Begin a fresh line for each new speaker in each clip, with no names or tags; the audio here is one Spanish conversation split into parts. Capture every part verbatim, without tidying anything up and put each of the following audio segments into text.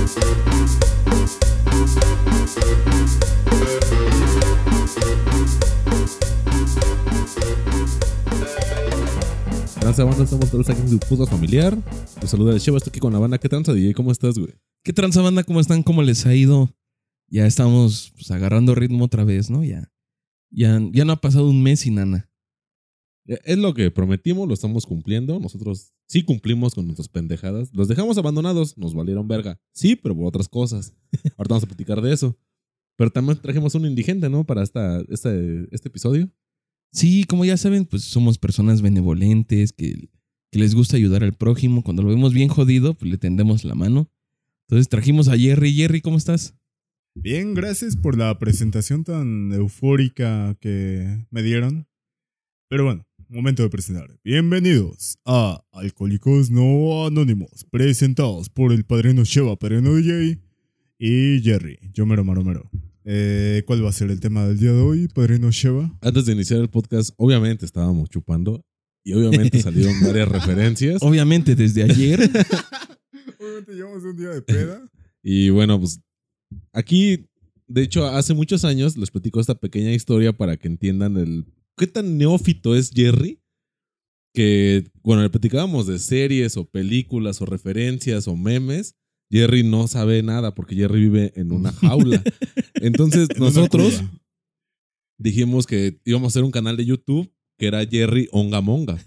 Tranza banda, estamos todos aquí en su podcast familiar. Los saluda el Sheva, estoy aquí con la banda. ¿Qué tranza, D J? ¿Cómo estás, güey?
¿Qué tranza banda? ¿Cómo están? ¿Cómo les ha ido? Ya estamos pues, agarrando ritmo otra vez, ¿no? Ya, ya, ya no ha pasado un mes sin Ana.
Es lo que prometimos, lo estamos cumpliendo. Nosotros sí cumplimos con nuestras pendejadas. Los dejamos abandonados, nos valieron verga. Sí, pero por otras cosas. Ahorita vamos a platicar de eso. Pero también trajimos un indigente, ¿no? Para esta, este, este episodio.
Sí, como ya saben, pues somos personas benevolentes, que, que les gusta ayudar al prójimo. Cuando lo vemos bien jodido, pues le tendemos la mano. Entonces trajimos a Jerry. Jerry, ¿cómo estás?
Bien, gracias por la presentación tan eufórica que me dieron. Pero bueno, momento de presentar. Bienvenidos a Alcohólicos No Anónimos, presentados por el padrino Sheva, padrino D J y Jerry, yo mero maromero. Eh, ¿Cuál va a ser el tema del día de hoy, padrino Sheva?
Antes de iniciar el podcast, obviamente estábamos chupando y obviamente salieron varias referencias.
Obviamente desde ayer.
Obviamente llevamos un día de peda.
Y bueno, pues aquí, de hecho, hace muchos años les platico esta pequeña historia para que entiendan el qué tan neófito es Jerry. Que, bueno, le platicábamos de series o películas o referencias o memes. Jerry no sabe nada porque Jerry vive en una jaula. Entonces nosotros dijimos que íbamos a hacer un canal de YouTube que era Jerry Ongamonga.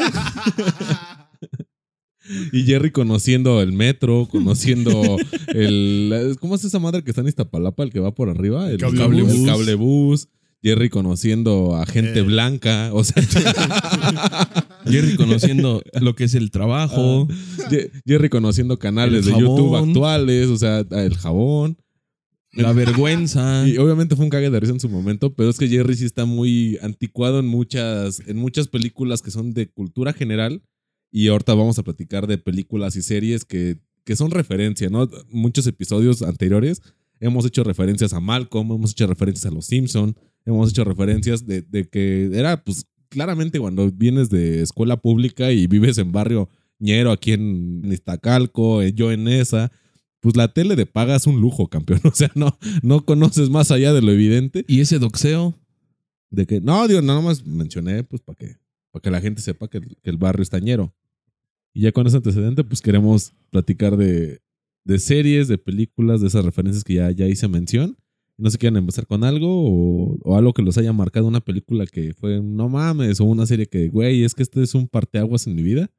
Y Jerry conociendo el metro, conociendo el... ¿Cómo es esa madre que está en Iztapalapa, el que va por arriba? El
cablebús.
El cablebús. Jerry conociendo a gente eh. blanca. O sea...
Jerry conociendo lo que es el trabajo.
Uh, Jerry conociendo canales de YouTube actuales. O sea, el jabón.
La vergüenza.
Y obviamente fue un cague de risa en su momento, pero es que Jerry sí está muy anticuado en muchas, en muchas películas que son de cultura general. Y ahorita vamos a platicar de películas y series que, que son referencia, ¿no? Muchos episodios anteriores hemos hecho referencias a Malcolm, hemos hecho referencias a Los Simpson, hemos hecho referencias de, de que era, pues, claramente cuando vienes de escuela pública y vives en barrio ñero aquí en Iztacalco, yo en esa, pues la tele de paga es un lujo, campeón. O sea, no, no conoces más allá de lo evidente.
¿Y ese doxeo?
De que, no, digo, nada más mencioné, pues, para que, para que la gente sepa que, que el barrio está ñero. Y ya con ese antecedente, pues queremos platicar de, de series, de películas, de esas referencias que ya, ya hice mención. No sé si quieren empezar con algo o, o algo que los haya marcado, una película que fue no mames, o una serie que, güey, es que este es un parteaguas en mi vida.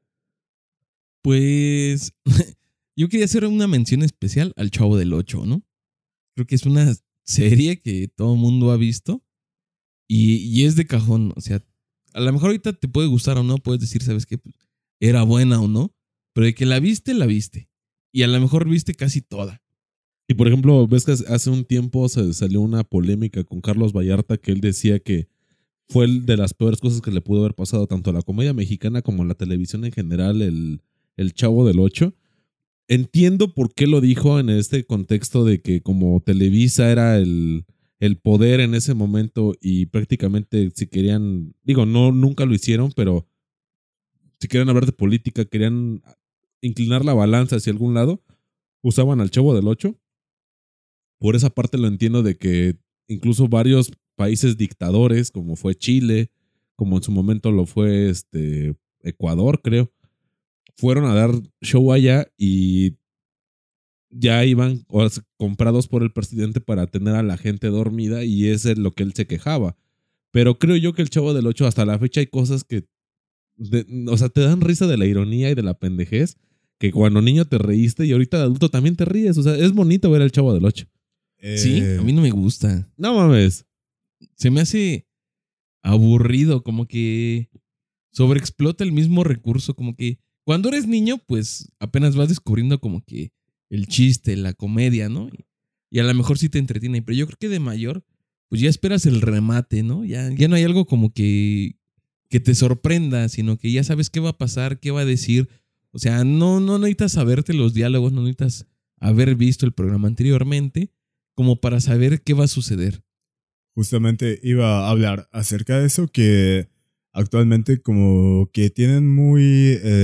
Pues yo quería hacer una mención especial al Chavo del Ocho, ¿no? Creo que es una serie que todo el mundo ha visto y, y es de cajón. O sea, a lo mejor ahorita te puede gustar o no, puedes decir, ¿sabes qué? Pues, era buena o no, pero de que la viste, la viste. Y a lo mejor viste casi toda.
Y por ejemplo, ves que hace un tiempo se salió una polémica con Carlos Vallarta que él decía que fue de las peores cosas que le pudo haber pasado tanto a la comedia mexicana como a la televisión en general, el, el Chavo del Ocho. Entiendo por qué lo dijo en este contexto de que como Televisa era el, el poder en ese momento y prácticamente si querían, digo, no, nunca lo hicieron, pero si querían hablar de política, querían inclinar la balanza hacia algún lado, usaban al Chavo del Ocho. Por esa parte lo entiendo de que incluso varios países dictadores, como fue Chile, como en su momento lo fue este Ecuador, creo, fueron a dar show allá y ya iban o sea, comprados por el presidente para tener a la gente dormida y ese es lo que él se quejaba. Pero creo yo que el Chavo del Ocho hasta la fecha hay cosas que De, o sea, te dan risa de la ironía y de la pendejez que cuando niño te reíste y ahorita de adulto también te ríes. O sea, es bonito ver el Chavo del Ocho.
Eh... Sí, a mí no me gusta.
No mames.
Se me hace aburrido, como que sobreexplota el mismo recurso, como que cuando eres niño, pues apenas vas descubriendo como que el chiste, la comedia, ¿no? Y, y a lo mejor sí te entretiene, pero yo creo que de mayor, pues ya esperas el remate, ¿no? Ya, ya no hay algo como que que te sorprenda, sino que ya sabes qué va a pasar, qué va a decir. O sea, no, no necesitas saberte los diálogos, no necesitas haber visto el programa anteriormente como para saber qué va a suceder.
Justamente iba a hablar acerca de eso, que actualmente como que tienen muy eh,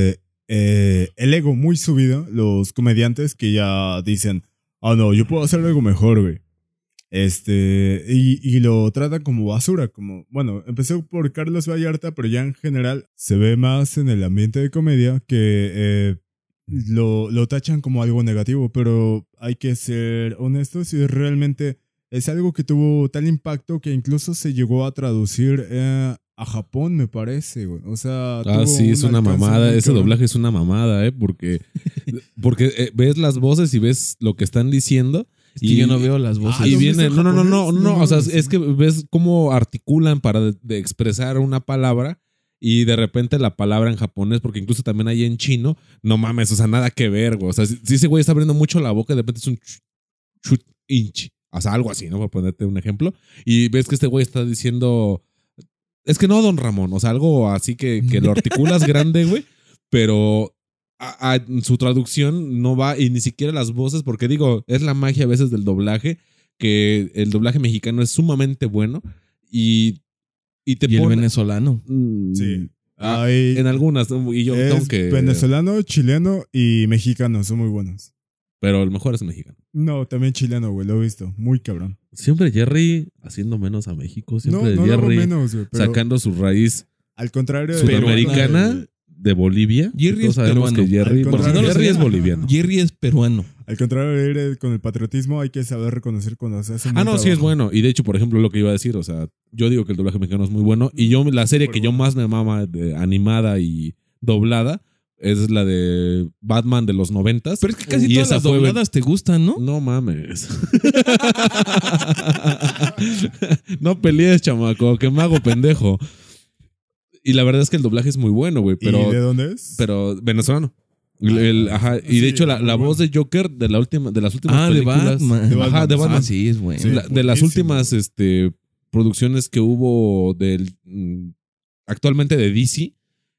eh, el ego muy subido, los comediantes que ya dicen, ah, no, yo puedo hacer algo mejor, güey. Este, y, y lo tratan como basura, como, bueno, empezó por Carlos Vallarta, pero ya en general se ve más en el ambiente de comedia que eh, lo, lo tachan como algo negativo, pero hay que ser honestos y realmente es algo que tuvo tal impacto que incluso se llegó a traducir eh, a Japón, me parece, güey. O sea,
Ah,
tuvo
sí, es
un
una
alcance
mamada.
muy
Ese
cabrón.
doblaje es una mamada, ¿eh? Porque, porque eh, ves las voces y ves lo que están diciendo.
Es que
y
yo no veo las voces.
Ah,
y
¿lo
viene,
viste en
no, no, no, no,
japonés?
no,
No
o sea,
mames.
es que ves cómo articulan para de, de expresar una palabra y de repente la palabra en japonés, porque incluso también hay en chino, no mames, o sea, nada que ver, güey. O sea, si, si ese güey está abriendo mucho la boca, de repente es un ch- chut inch, o sea, algo así, ¿no? Por ponerte un ejemplo. Y ves que este güey está diciendo, es que no, don Ramón, o sea, algo así que, que lo articulas grande, güey, pero a, a, su traducción no va y ni siquiera las voces, porque digo, es la magia a veces del doblaje, que el doblaje mexicano es sumamente bueno y, y te
Y el
pone...
venezolano.
Mm,
Sí.
ah,
Hay-
en algunas, ¿no? Y yo tengo
es
que...
venezolano, chileno y mexicano, son muy buenos.
Pero el mejor es mexicano.
No, también chileno, güey, lo he visto. Muy cabrón.
Siempre Jerry haciendo menos a México, siempre
no, no lo hago
Jerry
menos, güey, pero
sacando su raíz
al contrario de
sudamericana
del-
de Bolivia.
Jerry
Todos
es
sabemos
peruano.
que Jerry,
Al
bueno,
contrario,
Jerry
no
es
sabía.
boliviano.
Jerry es peruano.
Al contrario de ir eh, con el patriotismo, hay que saber reconocer cuando se hace un
Ah,
buen
no, sí es
trabajo.
bueno. Y de hecho, por ejemplo, lo que iba a decir, o sea, yo digo que el doblaje mexicano es muy bueno. Y yo, la serie que yo más me mama de animada y doblada es la de Batman de los noventas.
Pero es que casi
Y
todas
esa
las
fue-
dobladas te gustan, ¿no?
No mames. No pelees, chamaco, que me hago pendejo. Y la verdad es que el doblaje es muy bueno, güey. Pero,
¿Y de dónde es?
pero venezolano. El- el- ajá, y
Sí,
de hecho, la,
muy
la
bueno.
voz de Joker de, la última, de las últimas
Ah, de
películas.
Batman.
De
Ajá,
Batman.
de Batman.
Ah, sí, es bueno.
Sí.
La- de las
buenísimo.
últimas este, producciones que hubo del, mm, actualmente de D C,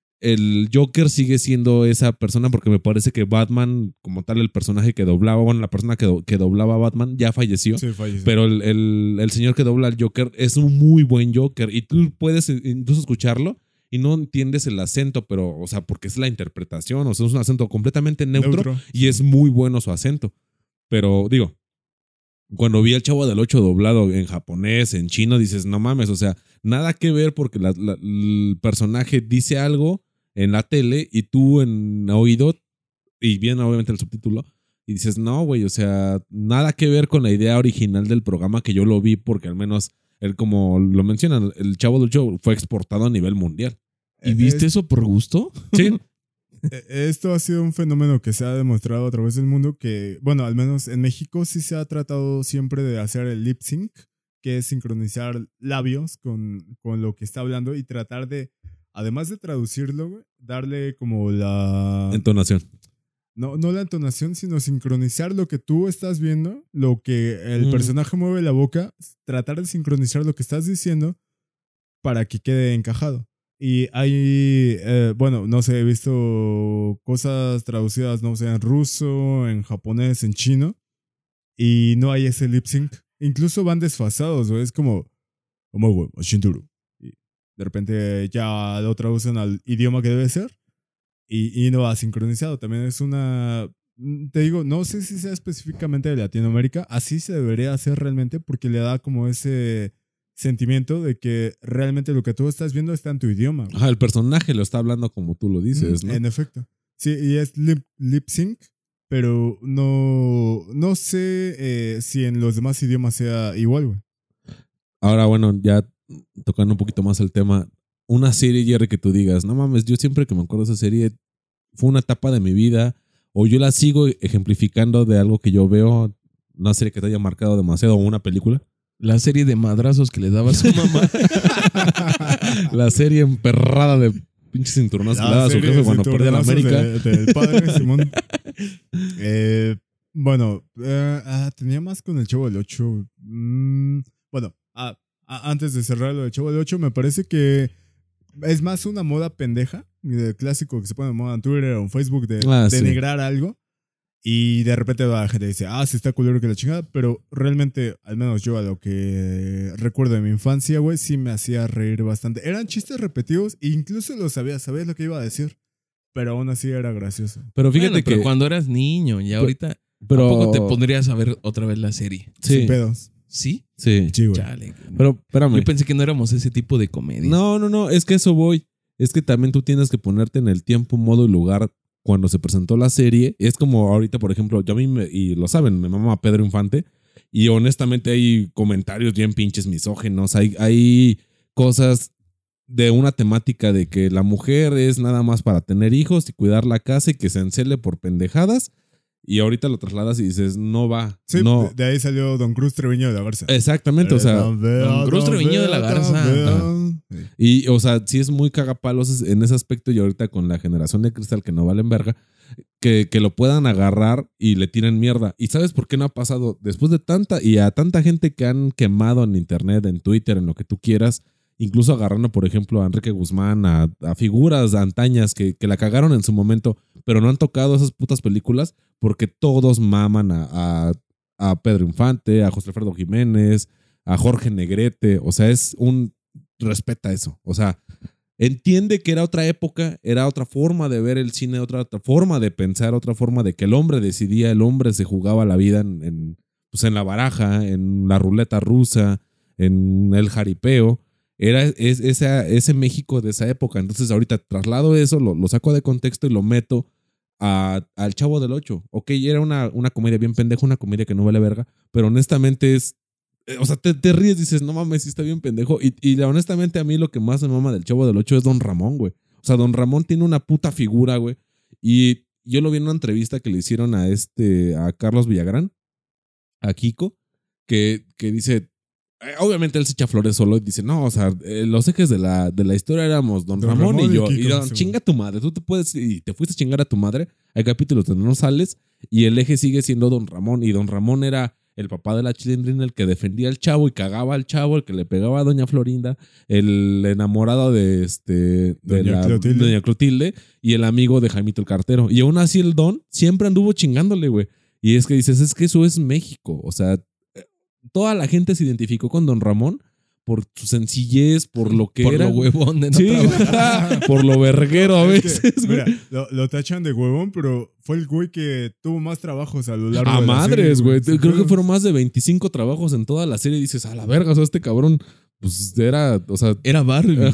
el Joker sigue siendo esa persona porque me parece que Batman, como tal, el personaje que doblaba, bueno, la persona que, do- que doblaba a Batman ya falleció.
Sí, falleció.
Pero el, el- el señor que dobla al Joker es un muy buen Joker y tú puedes eh, incluso escucharlo y no entiendes el acento, pero, o sea, porque es la interpretación, o sea, es un acento completamente neutro,
Neutro.
y es muy bueno su acento. Pero, digo, cuando vi al Chavo del Ocho doblado en japonés, en chino, dices, no mames, o sea, nada que ver porque la- la- el personaje dice algo en la tele y tú en oído, y viene obviamente el subtítulo, y dices, no, güey, o sea, nada que ver con la idea original del programa que yo lo vi porque al menos él, como lo mencionan, el Chavo del Ocho fue exportado a nivel mundial.
¿Y viste
Es-
eso por gusto?
Sí,
Eh, Esto ha sido un fenómeno que se ha demostrado a través del mundo que, bueno, al menos en México sí se ha tratado siempre de hacer el lip sync, que es sincronizar labios con, con lo que está hablando y tratar de, además de traducirlo, güey, darle como la...
entonación.
No, no la entonación, sino sincronizar lo que tú estás viendo, lo que el
Mm.
personaje mueve la boca, tratar de sincronizar lo que estás diciendo para que quede encajado. Y hay, eh, bueno, no sé, he visto cosas traducidas, no sé, en ruso, en japonés, en chino, y no hay ese lip sync. Incluso van desfasados, güey. Es como, como, güey, Shinturu. Y de repente ya lo traducen al idioma que debe ser y, y no va sincronizado. También es una, te digo, no sé si sea específicamente de Latinoamérica, así se debería hacer realmente porque le da como ese sentimiento de que realmente lo que tú estás viendo está en tu idioma. güey.
Ajá, el personaje lo está hablando como tú lo dices,
Mm,
¿no?
En efecto. Sí, y es lip, lip sync, pero no, no sé eh, si en los demás idiomas sea igual, güey.
Ahora, bueno, ya tocando un poquito más el tema, una serie, Jerry, que tú digas, no mames, yo siempre que me acuerdo de esa serie, fue una etapa de mi vida, o yo la sigo ejemplificando de algo que yo veo, una serie que te haya marcado demasiado, o una película.
La serie de madrazos que le daba a su mamá.
La serie emperrada de pinches cinturonazos que le daba a su
serie
jefe
de
cuando perdía la
cinturonazos
América.
de- del padre Simón. Eh, bueno, eh, ah, tenía más con el Chavo del Ocho. Mm, bueno, ah, ah, antes de cerrar lo del Chavo del Ocho, me parece que es más una moda pendeja, de clásico que se pone de moda en Twitter o en Facebook de
Ah, sí.
denigrar algo. Y de repente la gente dice, ah, sí está culero que la chingada, pero realmente, al menos yo a lo que recuerdo de mi infancia, güey, sí me hacía reír bastante. Eran chistes repetidos e incluso lo sabía, sabías lo que iba a decir, pero aún así era gracioso.
Pero fíjate
Bueno, pero
que...
cuando eras niño y ahorita,
pero,
¿a poco te pondrías a ver otra vez la serie?
Sí,
Sin pedos.
¿Sí?
sí.
Sí, güey.
Chale.
Pero espérame.
Yo pensé que no éramos ese tipo de comedia.
No, no, no, es que eso voy. Es que también tú tienes que ponerte en el tiempo, modo y lugar cuando se presentó la serie. Es como ahorita, por ejemplo, yo a mí, me, y lo saben, me mama Pedro Infante. Y honestamente hay comentarios bien pinches misógenos. Hay, hay cosas de una temática de que la mujer es nada más para tener hijos y cuidar la casa y que se encele por pendejadas. Y ahorita lo trasladas y dices, no va.
Sí,
no.
de, de ahí salió Don Cruz Treviño de la Garza.
Exactamente, o sea.
Don
Cruz Treviño de la Garza.
Y, o sea, sí es muy cagapalos en ese aspecto. Y ahorita con la generación de cristal que no valen verga, que, que lo puedan agarrar y le tiren mierda. ¿Y sabes por qué no ha pasado? Después de tanta y a tanta gente que han quemado en internet, en Twitter, en lo que tú quieras, incluso agarrando, por ejemplo, a Enrique Guzmán, a, a figuras antañas que, que la cagaron en su momento, pero no han tocado esas putas películas porque todos maman a, a, a Pedro Infante, a José Alfredo Jiménez, a Jorge Negrete. O sea, es un... Respeta eso. O sea, entiende que era otra época, era otra forma de ver el cine, otra, otra forma de pensar, otra forma de que el hombre decidía, el hombre se jugaba la vida en, en, pues en la baraja, en la ruleta rusa, en el jaripeo. Era es, esa, ese México de esa época. Entonces ahorita traslado eso, lo, lo saco de contexto y lo meto a, al Chavo del Ocho. Ok, era una, una comedia bien pendeja, una comedia que no vale verga, pero honestamente es... O sea, te, te ríes y dices, no mames, sí está bien pendejo. Y, y honestamente a mí lo que más me mama del Chavo del Ocho es Don Ramón, güey. O sea, Don Ramón tiene una puta figura, güey. Y yo lo vi en una entrevista que le hicieron a este, a Carlos Villagrán, a Kiko, que, que dice... Obviamente él se echa flores solo y dice, no, o sea, eh, los ejes de la, de la historia éramos Don, Don Ramón, Ramón y yo. Y, Kiko, y don, chinga tu madre, tú te puedes, y te fuiste a chingar a tu madre. Hay capítulos donde no sales y el eje sigue siendo Don Ramón. Y Don Ramón era el papá de la Chilindrina, el que defendía al chavo y cagaba al chavo, el que le pegaba a Doña Florinda, el enamorado de, este, de
Doña,
la,
Clotilde.
Doña Clotilde y el amigo de Jaimito el Cartero. Y aún así el Don siempre anduvo chingándole, güey. Y es que dices, es que eso es México. O sea, toda la gente se identificó con Don Ramón por su sencillez, por lo que
por
era.
Por lo huevón de no
sí,
trabajar.
por lo verguero a veces.
Es que, mira, lo, lo tachan de huevón, pero fue el güey que tuvo más trabajos a lo largo
a
de la
madres,
serie,
güey. Creo que fueron más de veinticinco trabajos en toda la serie. Y dices, a la verga, o sea, este cabrón, pues era, o sea...
Era barrio.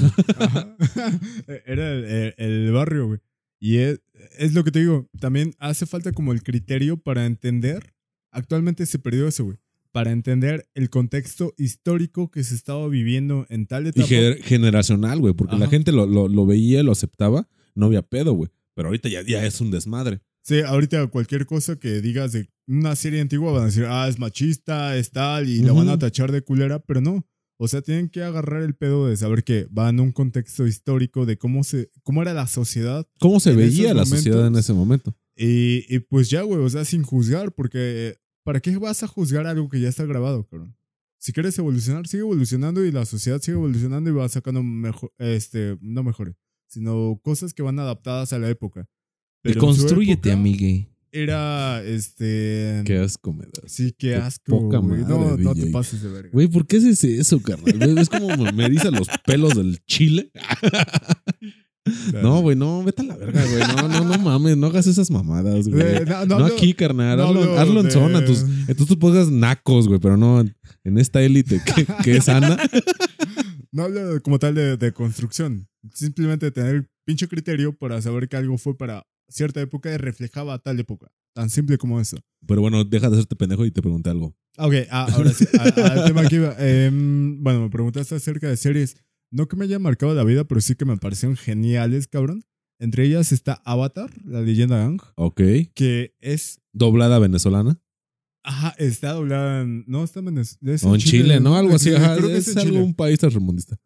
Era el, el, el barrio, güey. Y es, es lo que te digo, también hace falta como el criterio para entender. Actualmente se perdió eso, güey. Para entender el contexto histórico que se estaba viviendo en tal etapa.
Y gener- generacional, güey, porque
Ajá.
la gente lo, lo, lo veía, lo aceptaba, no había pedo, güey. Pero ahorita ya, ya es un desmadre.
Sí, ahorita cualquier cosa que digas de una serie antigua van a decir, ah, es machista, es tal, y uh-huh. la van a tachar de culera, pero no. O sea, tienen que agarrar el pedo de saber que va en un contexto histórico de cómo se, cómo era la sociedad.
Cómo se veía la sociedad en ese momento.
Y, y pues ya, güey, o sea, sin juzgar, porque... ¿Para qué vas a juzgar algo que ya está grabado, cabrón? Si quieres evolucionar, sigue evolucionando y la sociedad sigue evolucionando y va sacando mejor, este, no mejores, sino cosas que van adaptadas a la época.
Deconstrúyete, amigue.
Era, este...
Qué asco me da.
Sí, qué, qué asco,
poca
güey.
madre,
No, no
D J.
te pases de verga.
Güey, ¿por qué haces eso, carnal? ¿Ves cómo me erizan los pelos del chile? No, güey, no, vete a la verga, güey. No, no, no mames, no hagas esas mamadas, güey.
Eh, no,
no,
no,
aquí, carnal.
no,
hazlo,
no,
hazlo en
de...
zona. Tus, entonces tú pongas nacos, güey, pero no en esta élite que, que es Ana.
No hablo como tal de, de construcción. Simplemente tener pinche criterio para saber que algo fue para cierta época y reflejaba tal época. Tan simple como eso.
Pero bueno, deja de hacerte pendejo y te pregunté algo.
Ok, ah, ahora sí, al tema que iba. Eh, bueno, me preguntaste acerca de series. No que me hayan marcado la vida, pero sí que me parecieron geniales, cabrón. Entre ellas está Avatar, la leyenda de Aang.
Ok.
Que es...
¿Doblada venezolana?
Ajá, está doblada en... No, está en Venezuela.
O en Chile, Chile, ¿no? Algo así. Ajá,
creo que
es,
es
algo,
Chile.
un país tercermundista.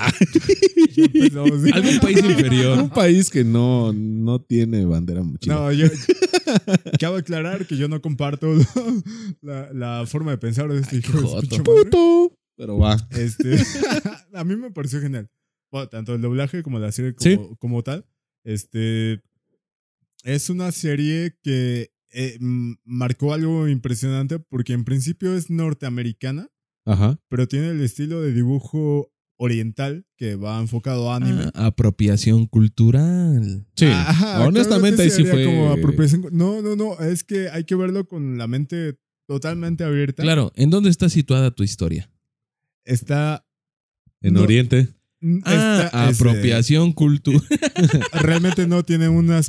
Algún país inferior.
Un país que no, no tiene bandera chile.
No, yo... Cabe aclarar que yo no comparto la, la forma de pensar de este
Ay,
hijo de
joto.
pinche madre.
Puto. Pero va.
Este, a mí me pareció genial. Bueno, tanto el doblaje como la serie como,
¿Sí?
como tal. Este, es una serie que eh, marcó algo impresionante porque en principio es norteamericana,
Ajá.
pero tiene el estilo de dibujo oriental que va enfocado a anime.
Ah, apropiación cultural.
Sí,
Ajá,
honestamente ahí sí
sería
fue...
como apropiación. No, no, no, es que hay que verlo con la mente totalmente abierta.
Claro, ¿en dónde está situada tu historia?
Está...
En
no,
Oriente.
Ah,
está,
apropiación
este,
cultural.
realmente no tiene una,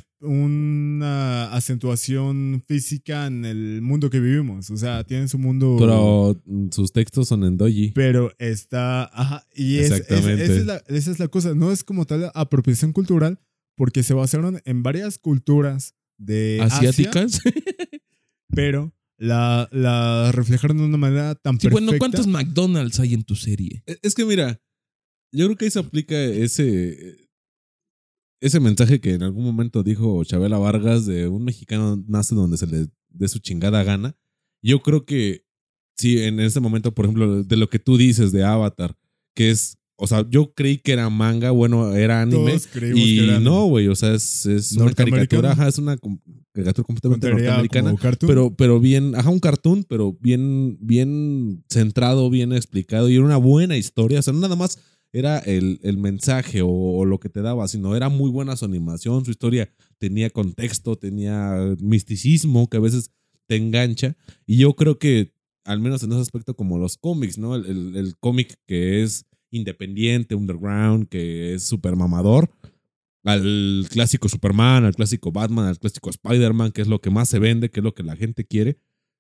una acentuación física en el mundo que vivimos. O sea, tiene su mundo...
Pero sus textos son en doji.
Pero está... Ajá, y es, es,
Exactamente.
esa, es la, esa es la cosa. No es como tal apropiación cultural porque se basaron en varias culturas de
¿Asiáticas?
Asia, pero la, la reflejaron de una manera tan
Sí,
perfecta.
bueno, ¿cuántos McDonald's hay en tu serie?
Es que mira, yo creo que ahí se aplica ese, ese mensaje que en algún momento dijo Chabela Vargas de un mexicano nace donde se le dé su chingada gana. Yo creo que sí, en ese momento, por ejemplo, de lo que tú dices de Avatar, que es, o sea, yo creí que era manga, bueno, era anime.
Todos creímos
Y
que era anime.
no, güey, o sea, es, es una
Norteamericano.
caricatura, ajá, es una com- caricatura completamente
Contaría
norteamericana.
como cartoon.
Pero, pero bien, ajá, un cartoon, pero bien, bien centrado, bien explicado y era una buena historia. O sea, no nada más era el, el mensaje o, o lo que te daba, sino era muy buena su animación, su historia tenía contexto, tenía misticismo que a veces te engancha. Y yo creo que, al menos en ese aspecto, como los cómics, ¿no? El, el, el cómic que es independiente, underground, que es súper mamador, al clásico Superman, al clásico Batman, al clásico Spider-Man, que es lo que más se vende, que es lo que la gente quiere.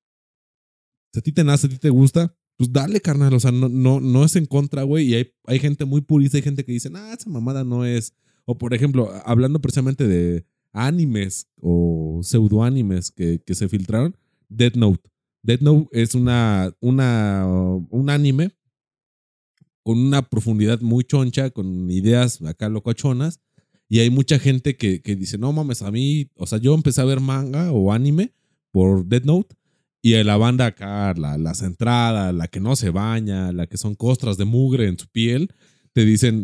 Si a ti te nace, a ti te gusta, pues dale, carnal. O sea, no, no, no es en contra, güey. Y hay, hay gente muy purista, hay gente que dice, ah, esa mamada no es. O por ejemplo, hablando precisamente de animes o pseudoanimes que, que se filtraron, Death Note. Death Note es una, una, un anime con una profundidad muy choncha, con ideas acá locochonas. Y hay mucha gente que, que dice, no mames, a mí, o sea, yo empecé a ver manga o anime por Death Note. Y la banda acá, la, la centrada, la que no se baña, la que son costras de mugre en su piel, te dicen,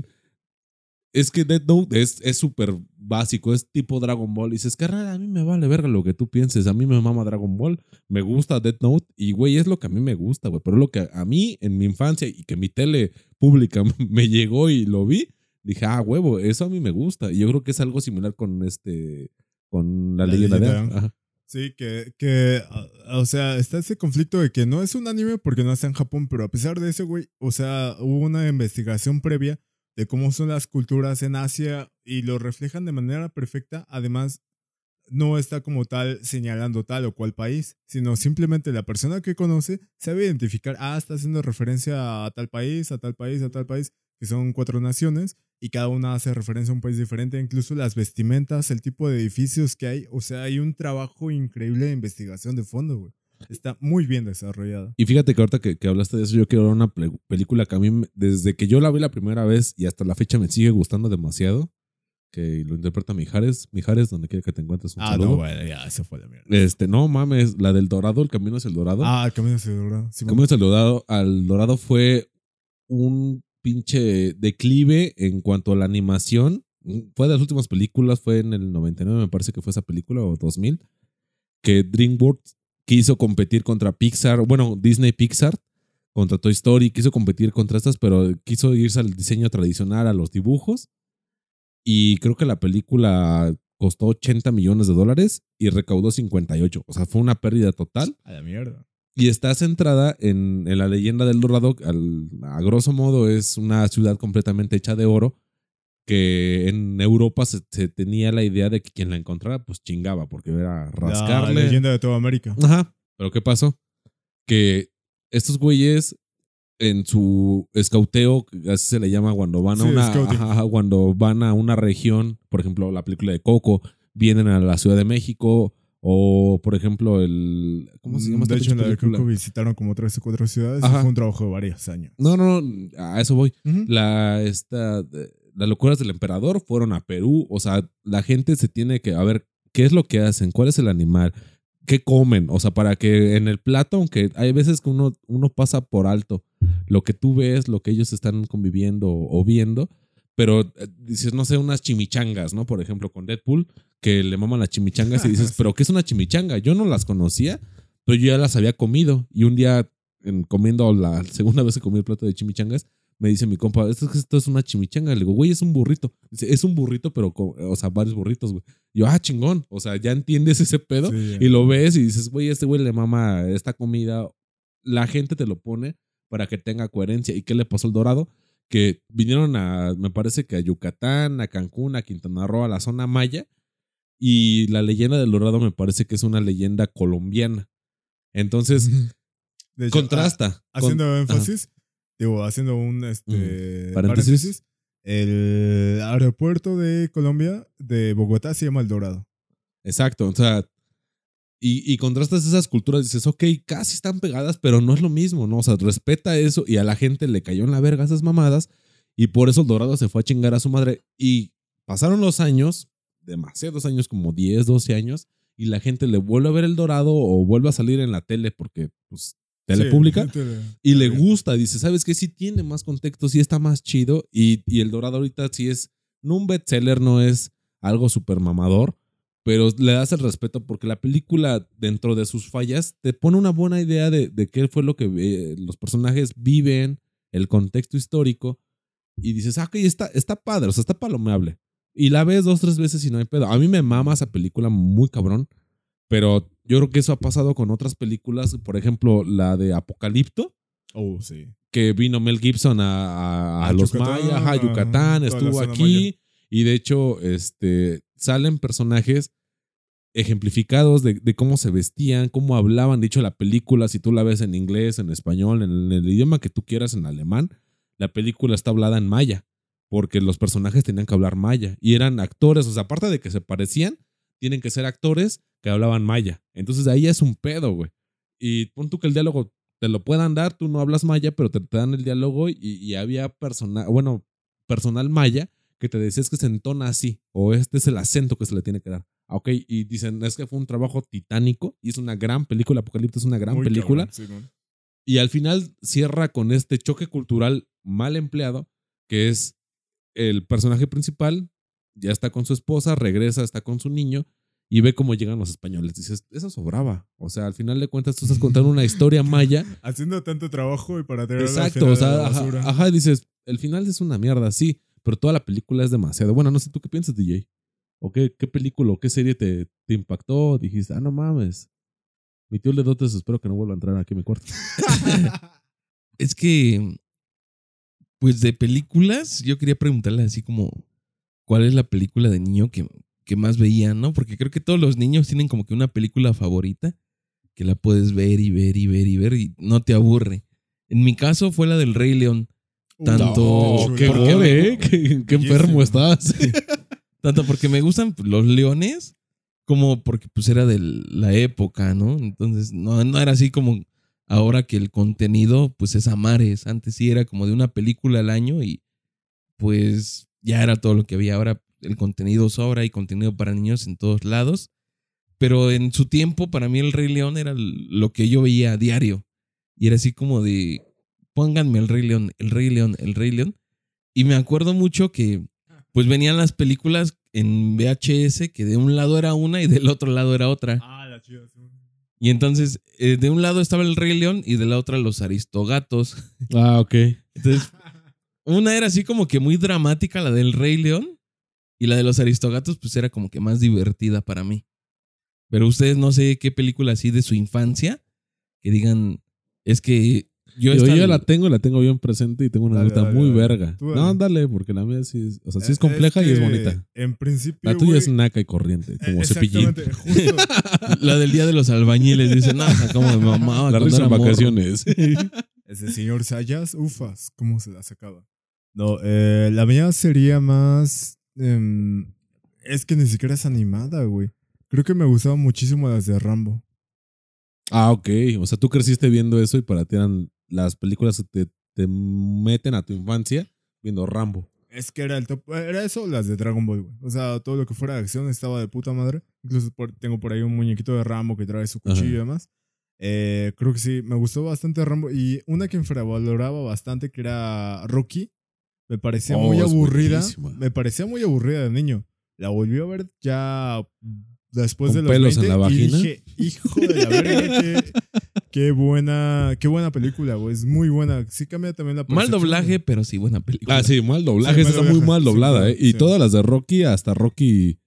es que Death Note es súper básico, es tipo Dragon Ball. Y dices, carnal, a mí me vale verga lo que tú pienses, a mí me mama Dragon Ball, me gusta Death Note, y güey, es lo que a mí me gusta, güey, pero es lo que a mí en mi infancia y que mi tele pública me llegó y lo vi, dije, ah, huevo, eso a mí me gusta. Y yo creo que es algo similar con este, con la,
La
leyenda de
leyenda
Aang.
de Aang.
Ajá.
Sí, que, que, o sea, está ese conflicto de que no es un anime porque no está en Japón, pero a pesar de eso, güey, o sea, hubo una investigación previa de cómo son las culturas en Asia y lo reflejan de manera perfecta. Además, no está como tal señalando tal o cual país, sino simplemente la persona que conoce sabe identificar, ah, está haciendo referencia a tal país, a tal país, a tal país, que son cuatro naciones, y cada una hace referencia a un país diferente, incluso las vestimentas, el tipo de edificios que hay. O sea, hay un trabajo increíble de investigación de fondo, güey. Está muy bien desarrollado.
Y fíjate que ahorita que, que hablaste de eso, yo quiero ver una ple- película que a mí, me- desde que yo la vi la primera vez y hasta la fecha me sigue gustando demasiado, que lo interpreta Mijares, Mijares, donde quiera que te encuentres, un
Ah,
saludo.
no, bueno, ya, eso fue la mierda.
Este, no mames, la del Dorado, El Camino hacia el Dorado.
Ah, el camino hacia el Dorado. Sí,
El Camino hacia el Dorado, al Dorado fue un pinche declive en cuanto a la animación. Fue de las últimas películas, fue en el noventa y nueve, me parece que fue esa película, o dos mil, que DreamWorks quiso competir contra Pixar, bueno, Disney Pixar, contra Toy Story, quiso competir contra estas, pero quiso irse al diseño tradicional, a los dibujos, y creo que la película costó ochenta millones de dólares y recaudó cincuenta y ocho, o sea, fue una pérdida total.
A la mierda.
Y está centrada en, en la leyenda del Dorado, al, a grosso modo es una ciudad completamente hecha de oro, que en Europa se, se tenía la idea de que quien la encontrara pues chingaba, porque era rascarle.
La leyenda de toda América.
Ajá. Pero ¿qué pasó? Que estos güeyes en su escauteo, así se le llama cuando van a
Sí,
una
scouting.
ajá, cuando van a una región, por ejemplo, la película de Coco, vienen a la Ciudad de México, o por ejemplo el ¿cómo se llama esta
De hecho, en
pinche
la de
película?
Coco visitaron como tres o cuatro ciudades
Ajá.
y fue un trabajo de varios años.
No, no, no, a eso voy.
Ujú.
La esta eh, las locuras del emperador fueron a Perú, o sea, la gente se tiene que a ver qué es lo que hacen, cuál es el animal, qué comen, o sea, para que en el plato, aunque hay veces que uno, uno pasa por alto lo que tú ves, lo que ellos están conviviendo o viendo, pero eh, dices, no sé, unas chimichangas, ¿no? Por ejemplo, con Deadpool, que le maman las chimichangas y dices, ¿pero qué es una chimichanga? Yo no las conocía, pero yo ya las había comido y un día, en, comiendo la segunda vez que comí el plato de chimichangas, me dice mi compa, esto, esto es una chimichanga. Le digo, güey, es un burrito. Dice, es un burrito, pero, con, o sea, varios burritos, güey. Y yo, ah, chingón. O sea, ya entiendes ese pedo
Sí,
y lo ves y dices, güey, este güey le mama esta comida. La gente te lo pone para que tenga coherencia. ¿Y qué le pasó al Dorado? Que vinieron a, me parece que a Yucatán, a Cancún, a Quintana Roo, a la zona maya. Y la leyenda del Dorado me parece que es una leyenda colombiana. Entonces,
de hecho,
contrasta.
ah, haciendo
Con-
énfasis, digo, haciendo un este,
Mm,
paréntesis.
paréntesis.
El aeropuerto de Colombia, de Bogotá, se llama El Dorado.
Exacto, o sea, y, y contrastas esas culturas, dices, ok, casi están pegadas, pero no es lo mismo, ¿no? O sea, respeta eso y a la gente le cayó en la verga esas mamadas y por eso el Dorado se fue a chingar a su madre y pasaron los años, demasiados años, como diez, doce años, y la gente le vuelve a ver el Dorado o vuelve a salir en la tele porque, pues, tele
Sí,
pública.
tele-
Y le
tele-
gusta, dice, ¿sabes qué? Sí tiene más contexto, sí está más chido. Y, y el Dorado ahorita sí es, no un bestseller, no es algo súper mamador, pero le das el respeto porque la película, dentro de sus fallas, te pone una buena idea de, de qué fue lo que eh, los personajes viven, el contexto histórico. Y dices, ah, ok, está, está padre, o sea, está palomeable. Y la ves dos, tres veces y no hay pedo. A mí me mama esa película muy cabrón, pero yo creo que eso ha pasado con otras películas, por ejemplo, la de Apocalipto,
Oh, sí.
que vino Mel Gibson a, a- a
A
los
Yucatán,
mayas, ajá, a
a
Yucatán,
toda la
estuvo
zona
aquí
maya.
y de hecho este, salen personajes ejemplificados de, de cómo se vestían, cómo hablaban. De hecho, la película, si tú la ves en inglés, en español, en el, en el idioma que tú quieras, en alemán, la película está hablada en maya, porque los personajes tenían que hablar maya y eran actores, o sea, aparte de que se parecían, tienen que ser actores que hablaban maya. Entonces de ahí ya es un pedo, güey. Y pon tú que el diálogo te lo puedan dar, tú no hablas maya, pero te, te dan el diálogo y, y había persona, bueno, personal maya que te decía es que se entona así, o este es el acento que se le tiene que dar. Ah, ok, y dicen, es que fue un trabajo titánico y es una gran película, Apocalipto es una gran
Muy
película.
cabrón, sí, ¿no?
Y al final cierra con este choque cultural mal empleado, que es el personaje principal, ya está con su esposa, regresa, está con su niño y ve cómo llegan los españoles. Dices, eso sobraba. O sea, al final de cuentas tú estás contando una historia maya.
Haciendo tanto trabajo y para tener
Exacto, o sea, ajá, ajá, dices, el final es una mierda, sí, pero toda la película es demasiado. Bueno, no sé, ¿tú qué piensas, D J? ¿O qué, qué película o qué serie te, te impactó? Dijiste, ah, no mames. Mi tío Ledotes, espero que no vuelva a entrar aquí a mi cuarto.
Es que, pues de películas, yo quería preguntarle así como, ¿cuál es la película de niño que, que más veían, no? Porque creo que todos los niños tienen como que una película favorita que la puedes ver y ver y ver y ver y no te aburre. En mi caso fue la del Rey León. Tanto-
No, qué
porque
gore,
me-
¿eh? Qué, qué enfermo estás.
Tanto porque me gustan los leones, como porque pues era de la época, ¿no? Entonces no, no era así como ahora que el contenido pues es a mares. Antes sí era como de una película al año y pues ya era todo lo que había. Ahora el contenido sobra y contenido para niños en todos lados. Pero en su tiempo para mí el Rey León era lo que yo veía a diario. Y era así como de, pónganme el Rey León, el Rey León, el Rey León. Y me acuerdo mucho que pues venían las películas en V H S que de un lado era una y del otro lado era otra.
Ah, la chida, sí.
Y entonces eh, de un lado estaba el Rey León y de la otra los Aristogatos.
Ah, ok.
Entonces una era así como que muy dramática, la del Rey León, y la de los Aristogatos pues era como que más divertida para mí. Pero ustedes no sé qué película así de su infancia que digan, es que yo,
Yo,
esta-
yo la tengo, la tengo bien presente y tengo una
Dale,
nota
dale,
muy
dale.
verga.
Tú dale.
No, dale, porque la mía sí es, o sea, sí es
Eh,
compleja y es
que,
bonita.
En principio,
La tuya
güey,
es naca y corriente, como
eh,
Cepillín.
exactamente, justo.
la del Día de los Albañiles, dicen, no, como me mamaba
La
cuando
risa
era
en
morro".
vacaciones.
Ese señor Sayas, ufas, ¿cómo se la sacaba? No, eh, la mía sería más... em, es que ni siquiera es animada, güey. Creo que me gustaban muchísimo las de Rambo.
Ah, ok. O sea, tú creciste viendo eso y para ti eran las películas que te, te meten a tu infancia viendo Rambo.
Es que era el top. Era eso, las de Dragon Ball, güey. O sea, todo lo que fuera de acción estaba de puta madre. Incluso por- tengo por ahí un muñequito de Rambo que trae su cuchillo
Ajá.
y demás. Eh, creo que sí, me gustó bastante Rambo. Y una que infravaloraba bastante, que era Rocky. Me parecía
Oh,
muy
es
aburrida.
buenísima.
Me parecía muy aburrida de niño. La volví a ver ya después
¿Con
de los
pelos en
veinte
la vagina?
y dije, hijo de la verga, qué, Qué buena, qué buena película, güey. Es muy buena. Sí cambia también la
Mal
percepción,
doblaje,
güey.
pero sí buena película.
Ah, sí, mal doblaje.
Sí,
Esa
mal
está muy
doblaje.
mal
Sí,
doblada,
claro,
¿eh? Y
sí.
todas las de Rocky, hasta Rocky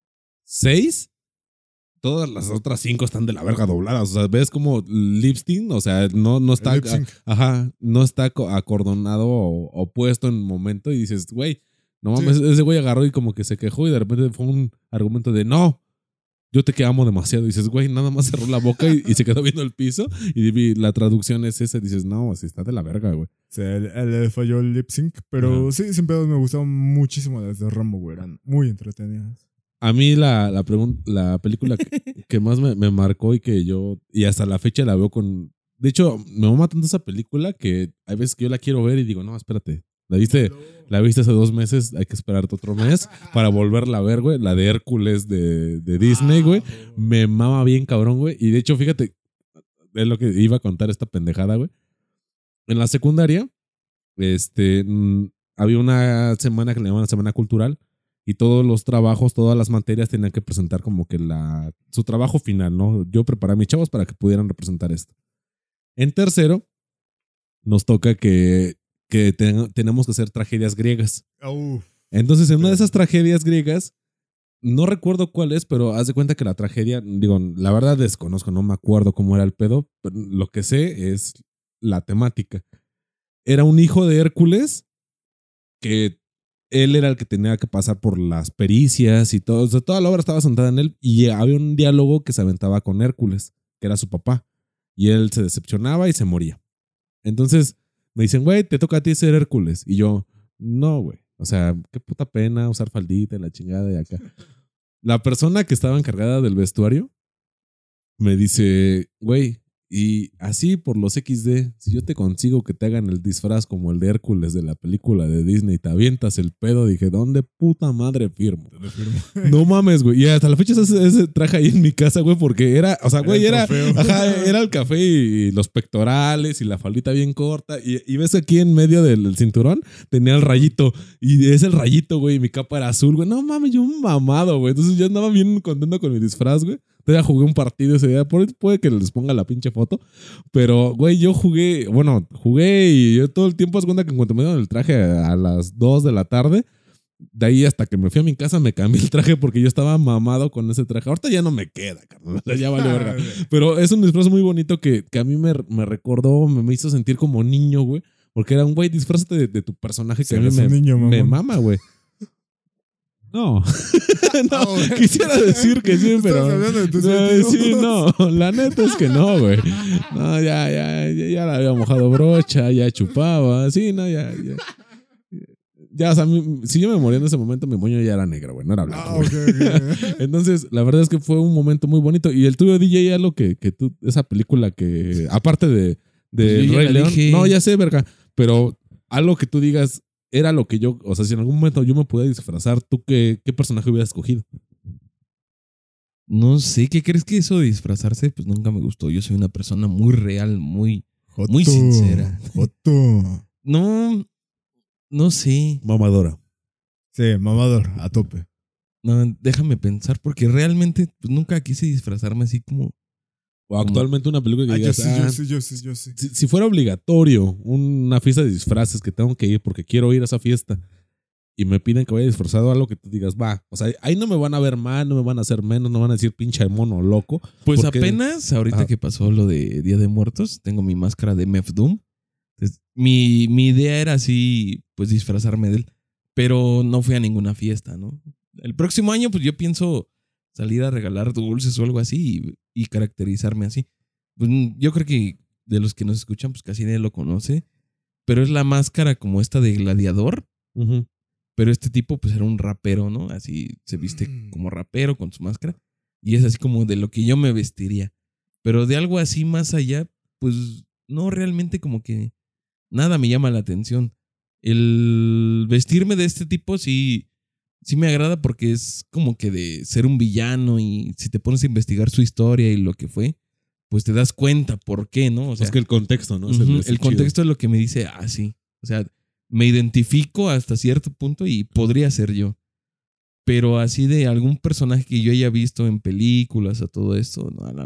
seis, todas las otras cinco están de la verga dobladas. O sea, ves como Lipstein, o sea, no, no está.
lip sync.
Ajá, no está co- acordonado o, o puesto en el momento y dices, güey, no mames,
Sí.
ese güey agarró y como que se quejó y de repente fue un argumento de no. Yo te que amo demasiado. Y dices, güey, nada más cerró la boca y, y se quedó viendo el piso. Y vi- la traducción es esa. Dices, no, así está de la verga, güey.
O sea, él, él le falló el lip sync, pero
Ajá.
sí, sin pedos me gustaban muchísimo las de Rambo, güey. Eran muy entretenidas.
A mí la, la, pregun- la película que, que más me, me marcó y que yo, y hasta la fecha la veo con... De hecho, me mama tanto esa película que hay veces que yo la quiero ver y digo, no, espérate. La viste, la viste hace dos meses, hay que esperarte otro mes para volverla a ver, güey. La de Hércules de, de Disney, güey. Me mama bien cabrón, güey. Y de hecho, fíjate, es lo que iba a contar esta pendejada, güey. En la secundaria, este, mm, había una semana que le llamaban Semana Cultural y todos los trabajos, todas las materias tenían que presentar como que la, su trabajo final, ¿no? Yo preparé a mis chavos para que pudieran representar esto. En tercero, nos toca que, que ten- tenemos que hacer tragedias griegas.
Uf.
Entonces, en una de esas tragedias griegas, no recuerdo cuál es, pero haz de cuenta que la tragedia, digo, la verdad desconozco, no me acuerdo cómo era el pedo, pero lo que sé es la temática. Era un hijo de Hércules que él era el que tenía que pasar por las pericias y todo. O sea, toda la obra estaba sentada en él y había un diálogo que se aventaba con Hércules, que era su papá. Y él se decepcionaba y se moría. Entonces me dicen, güey, te toca a ti ser Hércules. Y yo, no, güey. O sea, qué puta pena usar faldita y la chingada de acá. La persona que estaba encargada del vestuario me dice, güey, y así por los equis de, si yo te consigo que te hagan el disfraz como el de Hércules de la película de Disney, te avientas el pedo, dije, ¿dónde puta madre firmo? No mames, güey. Y hasta la fecha ese, ese traje ahí en mi casa, güey, porque era, o sea, güey,
Era
era,
el trofeo.
ajá, era el café y, y los pectorales y la faldita bien corta. Y, y ves que aquí en medio del, del cinturón tenía el rayito. Y es el rayito, güey. Y mi capa era azul, güey. No mames, yo un mamado, güey. Entonces yo andaba bien contento con mi disfraz, güey. Todavía jugué un partido ese día. Por- Puede que les ponga la pinche foto. Pero, güey, yo jugué, bueno, jugué y yo todo el tiempo haz cuenta que en cuanto me dieron el traje a las dos de la tarde, de ahí hasta que me fui a mi casa me cambié el traje porque yo estaba mamado con ese traje. Ahorita ya no me queda, carnal. O sea, ya vale verga. Pero es un disfraz muy bonito que, que a mí me, me recordó, me, me hizo sentir como niño, güey. Porque era un güey, disfrázate de, de tu personaje que
Sí,
a mí
eres
me,
un niño,
me
mamón.
mama, güey. No. no,
Ah, güey.
quisiera decir que sí,
Estabas
pero.
hablando de tus
No,
veintidos.
sí, no. La neta es que no, güey. No, ya, ya, ya, ya la había mojado brocha, ya chupaba. Sí, no, ya. Ya, ya o sea, mi- si yo me moría en ese momento, mi moño ya era negro, güey. No era blanco.
Ah,
güey.
ok, ok.
Entonces, la verdad es que fue un momento muy bonito. Y el tuyo, D J, ya lo que, que tú, esa película que, aparte de, de
Pues yo ya
Rey
la
León,
dije.
no, ya sé, verga, pero algo que tú digas, era lo que yo, o sea, si en algún momento yo me pudiera disfrazar, ¿tú qué, qué personaje hubieras escogido?
No sé, ¿qué crees que eso de disfrazarse? Pues nunca me gustó. Yo soy una persona muy real, muy...
Joto,
Muy sincera.
Joto.
No, no sé.
Mamadora.
Sí, mamador, a tope.
No, déjame pensar, porque realmente pues, nunca quise disfrazarme así como...
O actualmente una película que
Ah, yo
digas,
sí,
ah,
yo sí, yo sí, yo sí.
si, si fuera obligatorio una fiesta de disfraces que tengo que ir porque quiero ir a esa fiesta y me piden que vaya disfrazado a algo que tú digas, va, o sea, ahí no me van a ver mal, no me van a hacer menos, no van a decir pinche mono loco.
Pues
porque-
apenas, ahorita
Ajá.
que pasó lo de Día de Muertos, tengo mi máscara de Mef Doom. Entonces, mi, mi idea era así, pues disfrazarme de él. Pero no fui a ninguna fiesta, ¿no? El próximo año, pues yo pienso salir a regalar dulces o algo así y, y caracterizarme así. Pues yo creo que de los que nos escuchan, pues casi nadie lo conoce. Pero es la máscara como esta de gladiador.
Ujú.
Pero este tipo, pues era un rapero, ¿no? Así se viste
Mm.
como rapero con su máscara. Y es así como de lo que yo me vestiría. Pero de algo así más allá, pues no realmente como que nada me llama la atención. El vestirme de este tipo sí, sí me agrada porque es como que de ser un villano y si te pones a investigar su historia y lo que fue, pues te das cuenta por qué, ¿no? O sea,
es que el contexto, ¿no? Es
ujú,
es
el
chido.
contexto es lo que me dice, ah, sí. O sea, me identifico hasta cierto punto y podría ser yo. Pero así de algún personaje que yo haya visto en películas o todo esto, no, a la,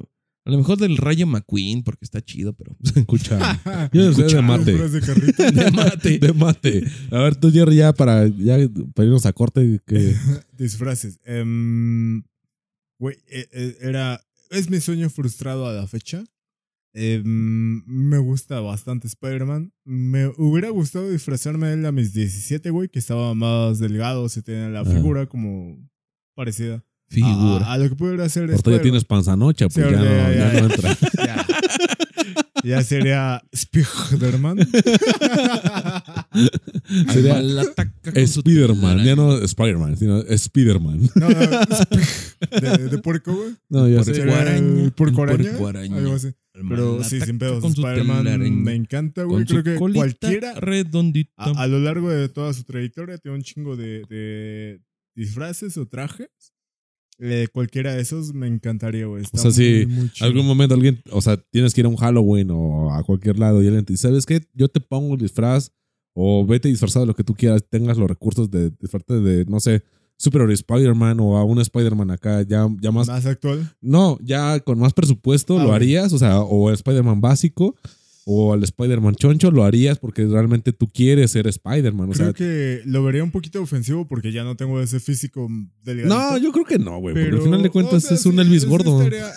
A lo mejor del Rayo McQueen, porque está chido, pero...
Escucha. Yo soy de mate.
De carrito.
De mate.
De mate. A ver, tú, Jerry, ya para, ya para irnos a corte. Que...
Disfraces. Um, güey, eh, eh, era... Es mi sueño frustrado a la fecha. Eh, me gusta bastante Spider-Man. Me hubiera gustado disfrazarme de él a mis diecisiete, güey, que estaba más delgado, se tenía la figura ah. como parecida.
Figura.
A, a lo que pudiera hacer
Por ya tienes panzanocha, pues sí, ya, ya, no, ya, ya no entra.
Ya, ya sería Spider-Man.
Sería Spider-Man, ya no Spider-Man, sino Spider-Man.
No, no, de, de puerco, güey.
No, ya
sé.
Araña.
Puerco araña. Algo así. Pero sí, sin pedos. Spider-Man me encanta, güey. Creo que cualquiera
redondita.
A, a lo largo de toda su trayectoria tiene un chingo de, de disfraces o trajes. Eh, cualquiera de esos me encantaría, güey.
O sea, si algún momento alguien, o sea, tienes que ir a un Halloween o a cualquier lado y alguien te dice, ¿sabes qué? Yo te pongo el disfraz o vete disfrazado de lo que tú quieras, tengas los recursos de disfrazarte de, no sé, Super Spider-Man o a un Spider-Man acá ya, ya más...
¿Más actual?
No, ya con más presupuesto ah, lo harías, o sea, o el Spider-Man básico o al Spider-Man choncho lo harías porque realmente tú quieres ser Spider-Man. O
creo
sea,
que lo vería un poquito ofensivo porque ya no tengo ese físico delgadito.
No, yo creo que no, güey. Porque al final de cuentas o sea, es un sí, Elvis es, gordo.
Estaría,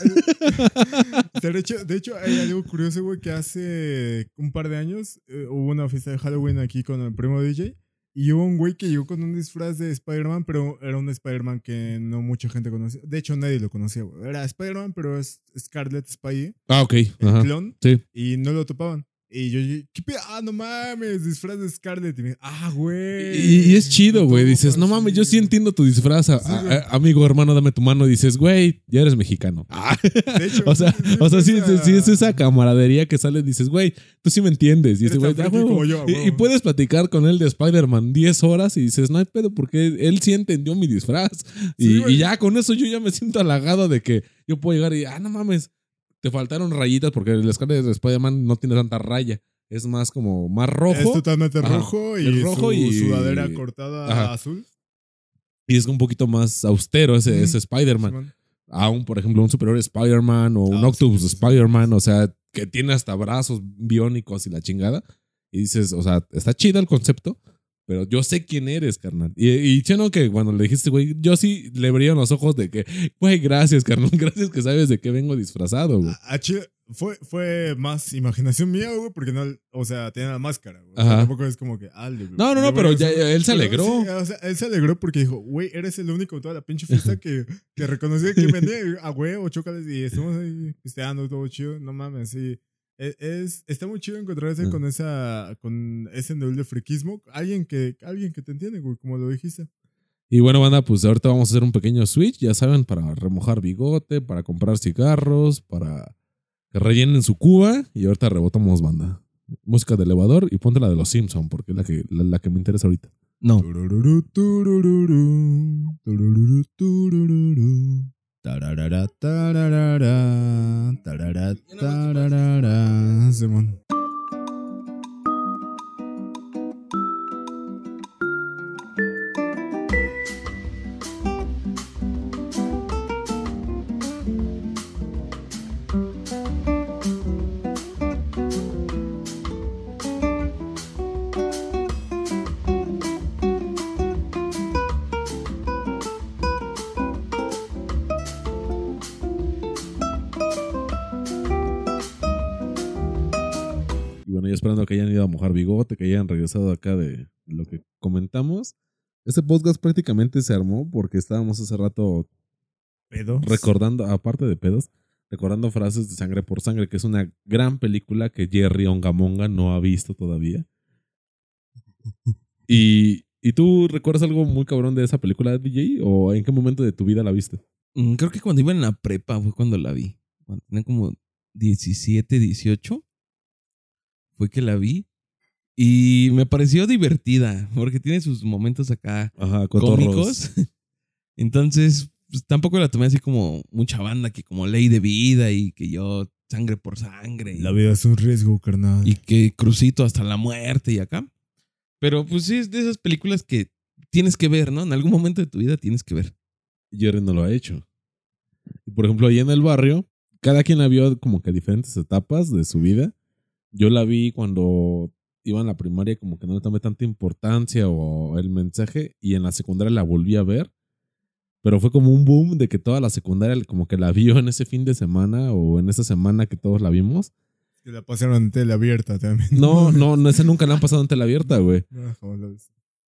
de, hecho, de hecho, hay algo curioso, güey, que hace un par de años eh, hubo una fiesta de Halloween aquí con el primo D J. Y hubo un güey que llegó con un disfraz de Spider-Man, pero era un Spider-Man que no mucha gente conocía. De hecho, nadie lo conocía, güey. Era Spider-Man, pero es Scarlet Spidey.
Ah, ok.
El
Ajá.
clon.
Sí.
Y no lo topaban. Y yo, ¿qué pedo? Ah, no mames, disfraz de Scarlet. Y me ah, güey.
Y, y es chido, güey. Dices, no mames, yo sí entiendo tu disfraz. A, sí, a, a, amigo, hermano, dame tu mano. Y dices, güey, ya eres mexicano. Ah. De hecho, o sea, sí, o sea sí, esa... sí es esa camaradería que sale. Dices, güey, tú sí me entiendes. Y, dices, güey, ah, como yo, y, y puedes platicar con él de Spider-Man diez horas y dices, no hay pedo, porque él sí entendió mi disfraz. Y, sí, y ya con eso yo ya me siento halagado de que yo puedo llegar y, ah, no mames, te faltaron rayitas porque el Scarlet de Spider-Man no tiene tanta raya. Es más como más rojo.
Es totalmente ajá, rojo y rojo su y sudadera cortada ajá. azul.
Y es un poquito más austero ese, mm. ese Spider-Man. Sí, aún, por ejemplo, un superior Spider-Man o un oh, Octopus sí, sí, Spider-Man, sí. O sea, que tiene hasta brazos biónicos y la chingada. Y dices, o sea, está chido el concepto, pero yo sé quién eres, carnal. Y, y cheno que cuando le dijiste, güey, yo sí le brillan los ojos de que, güey, gracias, carnal, gracias que sabes de qué vengo disfrazado, güey.
A, a Fue, fue más imaginación mía, güey, porque no, o sea, tenía la máscara, güey. O sea, tampoco es como que, ah, güey.
No, no, no, pero ya, ya él se alegró.
Sí, o sea, él se alegró porque dijo, güey, eres el único en toda la pinche fiesta que, que reconocía que venía a huevo, chócales, y estamos ahí pisteando, todo chido. No mames, sí. Es, es, está muy chido encontrarse uh-huh. con esa, con ese nivel de friquismo. Alguien que, alguien que te entiende, güey, como lo dijiste.
Y bueno, banda, pues ahorita vamos a hacer un pequeño switch, ya saben, para remojar bigote, para comprar cigarros, para que rellenen su cuba y ahorita rebotamos, banda. Música de elevador y ponte la de los Simpsons porque es la que, la, la que me interesa ahorita.
No.
Tararara, tararara, tararara, tararara, Simón.
Esperando que hayan ido a mojar bigote, que hayan regresado acá de lo que comentamos. Este podcast prácticamente se armó porque estábamos hace rato
pedos
recordando, aparte de pedos, recordando frases de Sangre por Sangre, que es una gran película que Jerry Ongamonga no ha visto todavía. Y, ¿y tú recuerdas algo muy cabrón de esa película, D J? ¿O en qué momento de tu vida la viste?
Creo que cuando iba en la prepa fue cuando la vi. Cuando tenía como diecisiete, dieciocho. Fue que la vi y me pareció divertida porque tiene sus momentos acá
Ajá,
cómicos. Entonces, pues, tampoco la tomé así como mucha banda que como ley de vida y que yo sangre por sangre. Y,
la vida es un riesgo, carnal.
Y que crucito hasta la muerte y acá. Pero pues sí, es de esas películas que tienes que ver, ¿no? En algún momento de tu vida tienes que ver.
Jerry no lo ha hecho. Y por ejemplo, ahí en el barrio, cada quien la vio como que a diferentes etapas de su vida. Yo la vi cuando iba en la primaria, como que no le tomé tanta importancia o el mensaje, y en la secundaria la volví a ver. Pero fue como un boom de que toda la secundaria como que la vio en ese fin de semana o en esa semana que todos la vimos.
Que la pasaron en tele abierta también.
No, no, no, esa nunca la han pasado en tele abierta, güey.
No, jamás la vi.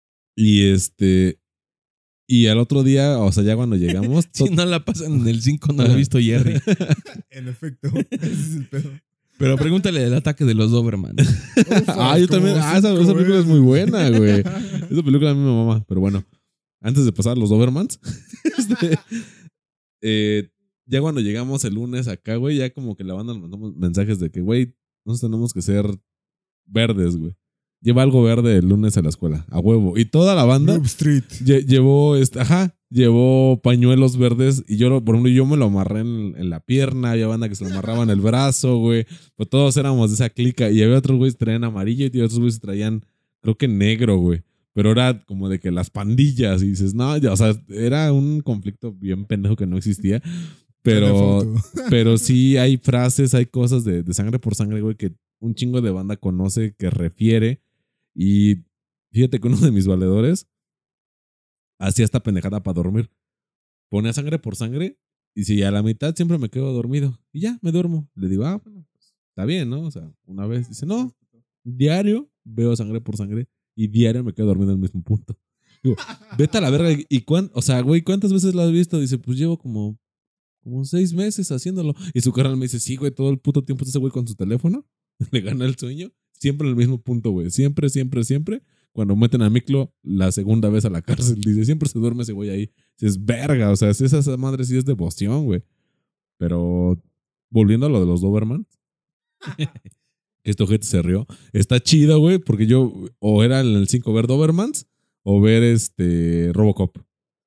Y este... Y al otro día, o sea, ya cuando llegamos...
Si no la pasan en el cinco, no la ha visto Jerry.
En efecto, ese es el pedo.
Pero pregúntale del ataque de los Doberman.
Ah, yo también... Ah, esa, esa película es muy buena, güey. Esa película a mí me mama. Pero bueno, antes de pasar a los Dobermans... este, eh, ya cuando llegamos el lunes acá, güey, ya como que la banda nos mandamos mensajes de que, güey, nosotros tenemos que ser verdes, güey. Lleva algo verde el lunes a la escuela, a huevo. Y toda la banda
Noob Street.
lle- llevó, este, ajá, llevó pañuelos verdes. Y yo, lo- por ejemplo, yo me lo amarré en, en la pierna. Había banda que se lo amarraba en el brazo, güey. Pues todos éramos de esa clica. Y había otros güeyes que traían amarillo y otros güeyes que traían, creo que negro, güey. Pero era como de que las pandillas. Y dices, no, ya, o sea, era un conflicto bien pendejo que no existía. Pero,
Tiene foto.
pero sí hay frases, hay cosas de, de sangre por sangre, güey, que un chingo de banda conoce, que refiere. Y fíjate que uno de mis valedores hacía esta pendejada para dormir. Ponía sangre por sangre y si a la mitad siempre me quedo dormido. Y ya, me duermo. Le digo, ah, bueno, pues, está bien, ¿no? O sea, una vez. Dice, no, diario veo sangre por sangre y diario me quedo dormido en el mismo punto. Digo, vete a la verga. ¿Y cuán, o sea, güey, cuántas veces lo has visto? Dice, pues llevo como, como seis meses haciéndolo. Y su carnal me dice, sí, güey, todo el puto tiempo está ese güey con su teléfono. Le gana el sueño. Siempre en el mismo punto, güey. Siempre, siempre, siempre. Cuando meten a Miklo la segunda vez a la cárcel, dice, siempre se duerme ese güey ahí. Dices, verga, o sea, esa, esa madre sí es devoción, güey. Pero volviendo a lo de los Doberman, que este ojete se rió. Está chido, güey, porque yo o era en el cinco ver Dobermans o ver este Robocop.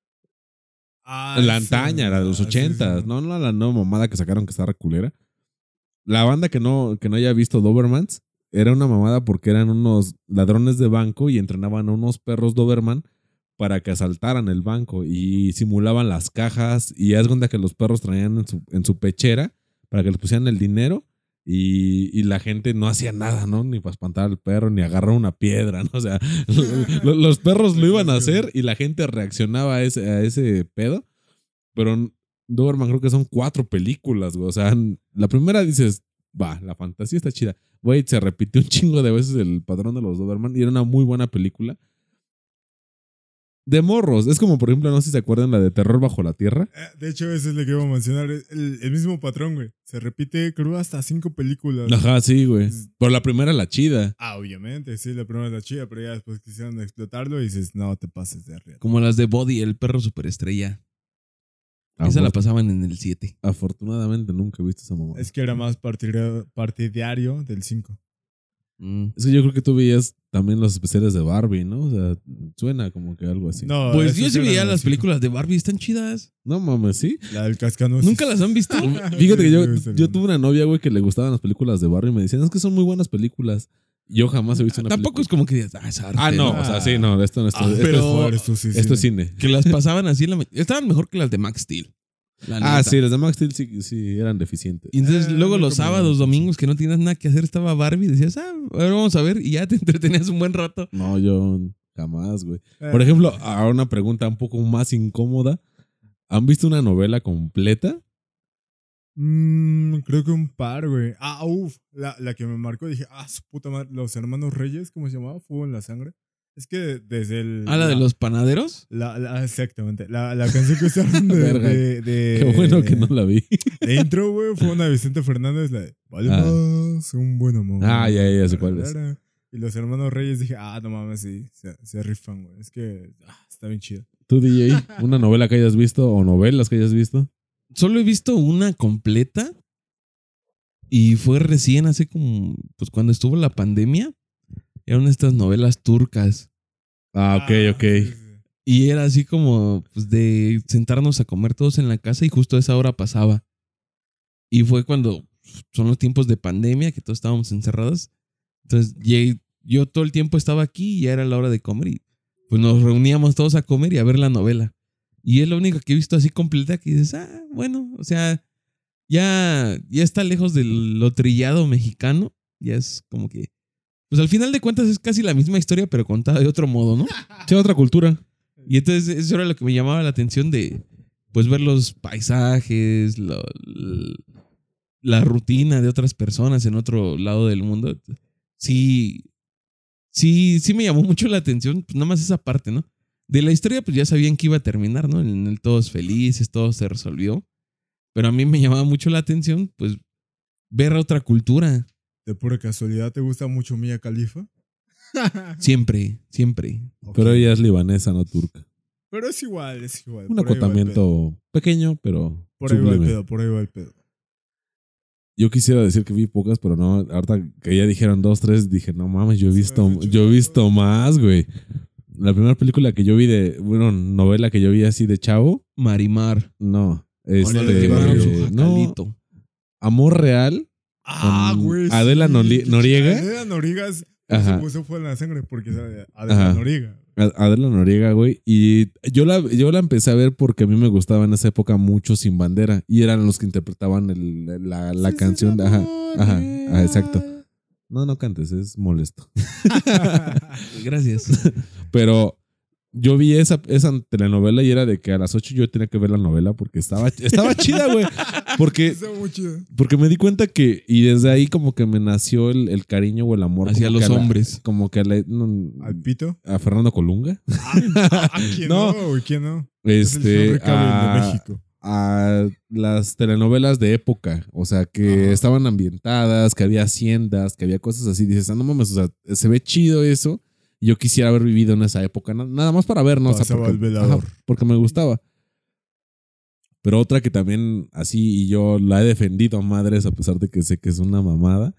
Ah,
La
sí,
antaña, la de los
ah, sí,
ochentas.
sí.
No, no la nueva mamada que sacaron que está reculera. La banda que no, que no haya visto Dobermans era una mamada porque eran unos ladrones de banco y entrenaban a unos perros Doberman para que asaltaran el banco y simulaban las cajas y haz cuenta que los perros traían en su, en su pechera para que les pusieran el dinero y, y la gente no hacía nada, ¿no? Ni para espantar al perro, ni agarrar una piedra, ¿no? O sea, lo- los perros lo iban a hacer y la gente reaccionaba a ese, a ese pedo, pero Doberman creo que son cuatro películas, güey. O sea, la primera dices, va, la fantasía está chida. Güey, se repitió un chingo de veces el patrón de los Doberman y era una muy buena película. De morros. Es como, por ejemplo, no sé si se acuerdan la de Terror bajo la tierra.
Eh, De hecho, eso es lo que iba a mencionar. El, el mismo patrón, güey. Se repite, creo, hasta cinco películas.
Ajá, sí, güey. Pero la primera la chida.
Ah, obviamente, sí, la primera es la chida, pero ya después quisieron explotarlo y dices, no te pases de arriba.
Como las de Body, el perro superestrella. Esa la
Afor-
pasaban en el siete.
Afortunadamente nunca he visto esa mamá.
Es que era más partidario, partidario del cinco.
Mm.
Es que yo creo que tú veías también los especiales de Barbie, ¿no? O sea, suena como que algo así.
No,
Pues
eso
yo sí
era
veía
del
las
cinco.
películas de Barbie, están chidas.
No mames, ¿sí?
La del cascanueces.
¿Nunca las han visto?
Fíjate que yo,
Sí, me gusta el
yo
nombre.
tuve una novia, güey, que le gustaban las películas de Barbie y me decían, es que son muy buenas películas. Yo jamás he visto una
Tampoco
película.
es como que digas, ah, es arte.
Ah, no,
¿no?
o sea, sí, no, esto no es,
Ah,
esto,
pero-
es-
Joder, esto sí,
esto es
sí.
cine.
Que las pasaban así en la ma- estaban mejor que las de Max Steel. la
Ah,
neta.
sí, las de Max Steel sí, sí eran deficientes.
Y entonces
Eh,
luego
no
los
como-
sábados, domingos que no tienes nada que hacer, estaba Barbie y decías, ah, a ver, vamos a ver. Y ya te entretenías un buen rato.
No, yo jamás, güey.
Eh,
Por ejemplo, ahora una pregunta un poco más incómoda. ¿Han visto una novela completa?
mm, creo que un par, güey. Ah, uff, la, la que me marcó, dije, ah, su puta madre, los hermanos Reyes, ¿cómo se llamaba? Fuego en la sangre. Es que desde el...
Ah, la de los panaderos.
La, la- exactamente. La, la canción que usaron de,
Verga.
de, de-
Qué bueno que no la vi.
de intro, güey, fue una de Vicente Fernández, la de Vale
Ah.
más un buen amor.
Ah, ya, ya, ya sé cuál es.
Y los hermanos Reyes dije, ah, no mames, sí, se, se rifan, güey. Es que ah, está bien chido.
¿Tú, D J? ¿Una novela que hayas visto o novelas que hayas visto?
Solo he visto una completa. Y fue recién, hace como, pues cuando estuvo la pandemia. Eran estas novelas turcas.
Ah, ok, ok.
sí, sí.
Y era así como pues, de sentarnos a comer todos en la casa y justo a esa hora pasaba. Y fue cuando son los tiempos de pandemia, que todos estábamos encerrados. Entonces llegué- yo todo el tiempo estaba aquí y ya era la hora de comer. Y pues nos reuníamos todos a comer y a ver la novela. Y es la única que he visto así completa que dices, ah, bueno, o sea... ya, ya está lejos de lo trillado mexicano. Ya es como que, pues al final de cuentas es casi la misma historia, pero contada de otro modo, ¿no?
Sí, otra cultura.
Y entonces eso era lo que me llamaba la atención de, pues ver los paisajes, lo, la rutina de otras personas en otro lado del mundo. Sí, sí, sí me llamó mucho la atención, pues nada más esa parte, ¿no? De la historia, pues ya sabían que iba a terminar, ¿no? En el todos felices, todo se resolvió. Pero a mí me llamaba mucho la atención, pues, ver otra cultura.
¿De pura casualidad te gusta mucho Mia Khalifa?
Siempre, siempre.
Ok.
Pero ella es libanesa, no turca.
Pero es igual, es igual.
Un
Por ahí va el pedo.
acotamiento pequeño, pero
Por ahí va el
sublime.
pedo, por ahí va el pedo.
Yo quisiera decir que vi pocas, pero no. Ahorita que ya dijeron dos, tres, dije, no mames, yo he
Se me
visto,
hace
yo he
chido.
visto más, güey. La primera película que yo vi de, bueno, novela que yo vi así de chavo,
Marimar.
no.
Hola,
Cuando le
de
Este,
quemaron
barrio.
su
no,
jacalito.
Amor Real.
Ah,
Con
güey.
Adela
sí,
Noli-
qué
Noriega.
chida. Adela Noriega es-
Ajá.
se puso fuego en la sangre porque es Adela
Ajá.
Noriega.
A- Adela Noriega, güey. Y yo la, yo la empecé a ver porque a mí me gustaba en esa época mucho Sin Bandera. Y eran los que interpretaban el- la, la
Sí,
canción.
sí,
Ajá,
amor
ajá,
real.
ajá, exacto. No, no cantes, es molesto.
Gracias.
Pero yo vi esa, esa telenovela y era de que a las ocho yo tenía que ver la novela porque estaba, estaba chida, güey. Porque,
Está muy chido.
porque me di cuenta que, y desde ahí como que me nació el, el cariño o el amor.
Hacia
como
los
que a la-
hombres.
como que a, la- no,
¿Al pito?
a Fernando Colunga.
Ah, ¿quién
No.
no, güey? ¿Quién no? Es el
Este,
Henry Cavill
a,
de México.
a las telenovelas de época. O sea, que
Ajá.
estaban ambientadas, que había haciendas, que había cosas así. Dices, ah, no mames, o sea, se ve chido eso. Y yo quisiera haber vivido en esa época. na- Nada más para ver, ¿no? O sea,
Pasaba
porque,
el velador.
ajá, porque me gustaba. Pero otra que también así, y yo la he defendido a madres, a pesar de que sé que es una mamada.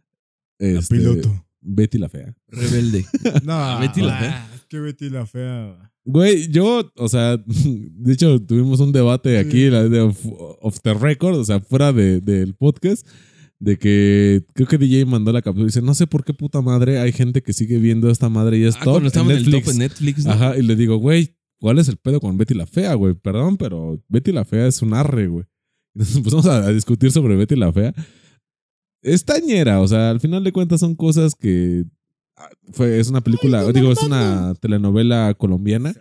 La
este,
piloto.
Betty la Fea.
Rebelde.
No,
Betty la
ah,
Fea.
Es que Betty la Fea.
Güey, yo, o sea, de hecho tuvimos un debate aquí,
Sí.
la de off, off the record, o sea, fuera de, del podcast, de que creo que D J mandó la captura y dice, no sé por qué puta madre hay gente que sigue viendo esta madre y es
Ah,
top
cuando estaba
en
en el
Netflix.
top en Netflix, ¿no?
Ajá, y le digo, güey, ¿cuál es el pedo con Betty la Fea, güey? Perdón, pero Betty la Fea es un arre, güey. Entonces empezamos a, a discutir sobre Betty la Fea. Es tañera, o sea, al final de cuentas son cosas que... ah, Fue, es una película,
Ay, don
digo, es
Armando.
una telenovela colombiana,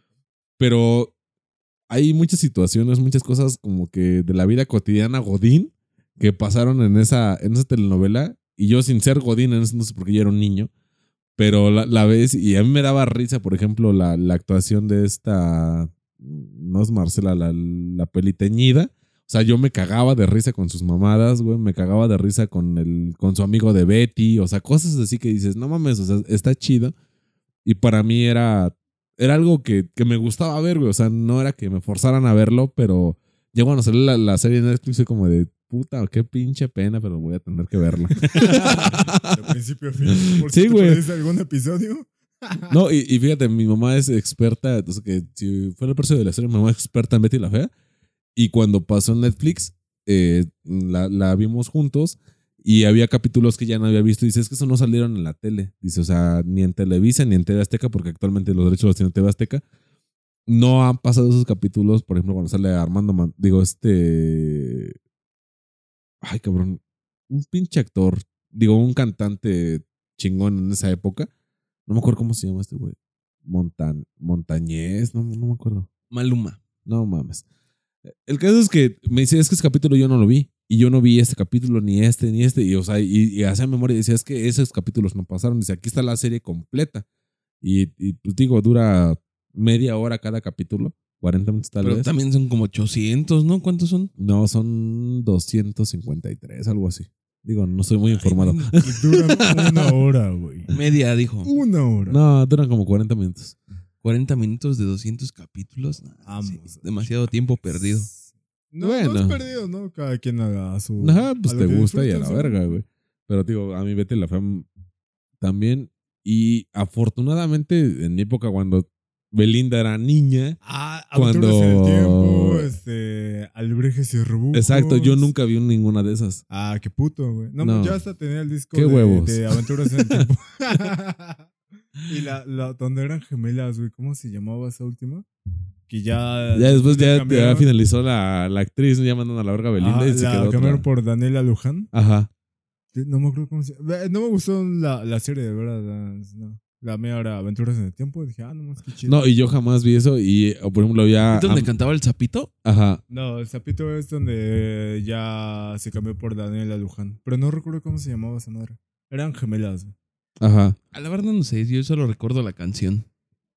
pero hay muchas situaciones, muchas cosas como que de la vida cotidiana Godín que pasaron en esa, en esa telenovela. Y yo sin ser Godín en ese entonces porque yo era un niño, pero la, la ves y a mí me daba risa, por ejemplo, la, la actuación de esta, no es Marcela, la, la peliteñida. O sea, yo me cagaba de risa con sus mamadas, güey. Me cagaba de risa con, el, con su amigo de Betty. O sea, cosas así que dices, no mames, o sea, está chido. Y para mí era, era algo que, que me gustaba ver, güey. O sea, no era que me forzaran a verlo, pero ya cuando salió la, la serie de Netflix fue como de, puta, qué pinche pena, pero voy a tener que verla.
De principio a fin. ¿Por
Sí,
si te
güey.
perdiste algún episodio?
No, y, y fíjate, mi mamá es experta, entonces que si fuera el precio de la serie, mi mamá es experta en Betty la Fea. Y cuando pasó en Netflix, eh, la, la vimos juntos y había capítulos que ya no había visto. Y dice, es que eso no salieron en la tele. Dice, o sea, ni en Televisa ni en T V Azteca, porque actualmente los derechos los tiene T V Azteca. No han pasado esos capítulos, por ejemplo, cuando sale Armando, Man- digo, este... Ay, cabrón. Un pinche actor, digo, un cantante chingón en esa época. No me acuerdo cómo se llama este güey. Montan Montañez, no, no me acuerdo.
Maluma.
No mames. El caso es que me dice, es que ese capítulo yo no lo vi. Y yo no vi este capítulo, ni este, ni este. Y, o sea, y, y hacía memoria y decía, es que esos capítulos no pasaron. Dice, aquí está la serie completa. Y, y pues digo, dura media hora cada capítulo. cuarenta minutos tal
Pero
vez.
también son como ochocientos, ¿no? ¿Cuántos son?
No, son doscientos cincuenta y tres, algo así. Digo, no soy muy informado.
Ay,
Y duran una hora, güey.
media, dijo.
Una hora.
No, duran como cuarenta minutos.
cuarenta minutos de doscientos capítulos. Nah,
Vamos.
sí, demasiado tiempo perdido.
No,
Bueno.
no es perdido, ¿no? Cada quien haga su...
Ajá, pues
a
te
lo que
gusta y a la
disfrutas, ¿no?
verga, güey. Pero digo, a mí Betty la Fea también. Y afortunadamente, en mi época, cuando Belinda era niña.
Ah,
Cuando-
Aventuras en el Tiempo, este... Albrejes y Rebujos.
Exacto, yo nunca vi ninguna de esas.
Ah, qué puto, güey. No,
No.
yo hasta tenía el disco
Qué
de,
huevos.
de Aventuras en el Tiempo. Y la, la donde eran gemelas, güey, ¿cómo se llamaba esa última? Que ya...
Ya después ya,
cambiaron.
ya finalizó la, la actriz, ya mandan a la verga a Belinda
Ah,
y se
la
quedó
cambiaron
otra.
por Daniela Luján.
Ajá.
No me acuerdo cómo se llama. No me gustó la, la serie, de verdad. La, no. La mía era Aventuras en el Tiempo. Y dije, ah, no más, qué chido.
No, y yo jamás vi eso y, o por ejemplo, ya...
¿Es donde
am-
cantaba el sapito?
Ajá.
No, el Zapito es donde ya se cambió por Daniela Luján. Pero no recuerdo cómo se llamaba esa madre. Eran gemelas, güey.
Ajá.
A la verdad no sé, yo solo recuerdo la canción.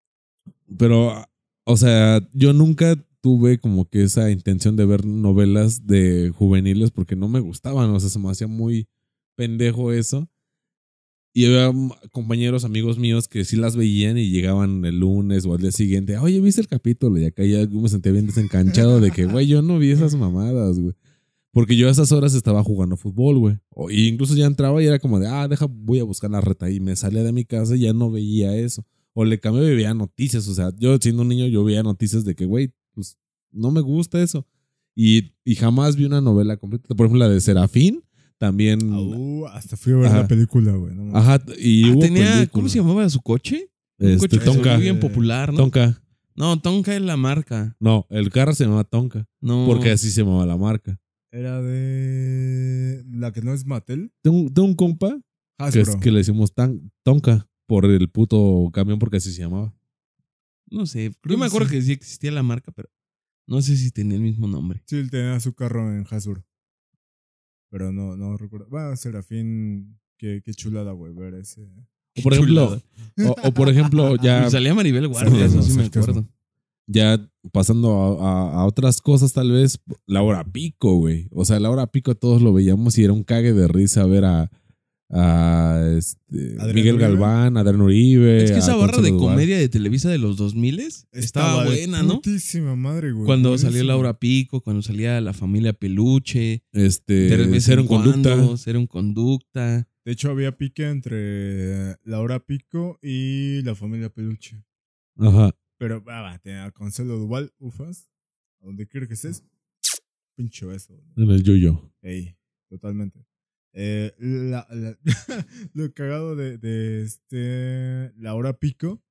Pero, o sea, yo nunca tuve como que esa intención de ver novelas de juveniles porque no me gustaban, o sea, se me hacía muy pendejo eso. Y había mm, compañeros, amigos míos que sí las veían y llegaban el lunes o al día siguiente, oye, ¿viste el capítulo? Y acá ya me sentía bien desencanchado de que, güey, yo no vi esas mamadas, güey. Porque yo a esas horas estaba jugando fútbol, güey. O- Y incluso ya entraba y era como de, ah, deja, voy a buscar la reta. Y me salía de mi casa y ya no veía eso. O le cambié y veía noticias. O sea, yo siendo un niño, yo veía noticias de que, güey, pues no me gusta eso. Y, y jamás vi una novela completa. Por ejemplo, la de Serafín, también.
Uh, hasta fui a ver
Ajá.
la película, güey. No mames.
Ajá, y
Ah,
hubo
tenía,
película.
¿cómo se llamaba su coche? Un
Este,
coche que se
Tonka.
volvió bien popular, ¿no?
Tonka.
No, Tonka es la marca.
No, el carro se llamaba Tonka.
No.
Porque así se llamaba la marca.
Era de... La que no es Mattel.
Tengo, un- tengo un compa que, es,
Hasbro.
que le decimos tan, Tonka por el puto camión porque así se llamaba.
No sé.
Creo
Yo me
que
acuerdo
sí.
que sí existía la marca, pero no sé si tenía el mismo nombre.
Sí, él tenía su carro en Hasbro. Pero no, no recuerdo. Bueno, Serafín, qué, qué chulada, güey, ver ese.
O por ejemplo, o, o por ejemplo, ya,
Y salía Maribel Guardia, eso sí me
sarcasmo.
acuerdo.
ya pasando a, a- a otras cosas, tal vez, la hora pico, güey. O sea, la hora pico todos lo veíamos y era un cague de risa ver a, a este,
Adrián
Miguel
Uribe.
Galván, Adrián Uribe.
Es que
a
esa barra
Consuelo
de
Duval.
comedia de Televisa de los dos mil estaba
de
buena, ¿no?
Putísima madre, güey.
Cuando
buenísima.
salía Laura Pico, cuando salía la familia Peluche,
Este,
de vez
Cero
en
en conducta.
cuando, Cero en conducta.
De hecho, había pique entre Laura Pico y la familia Peluche.
Ajá.
Pero, va, va, tenía a Consuelo Duval, ufas. A donde quiera que estés. Pinche beso.
En el yo-yo.
Ey, totalmente. Eh, la- la- lo cagado de, de este Laura Pico,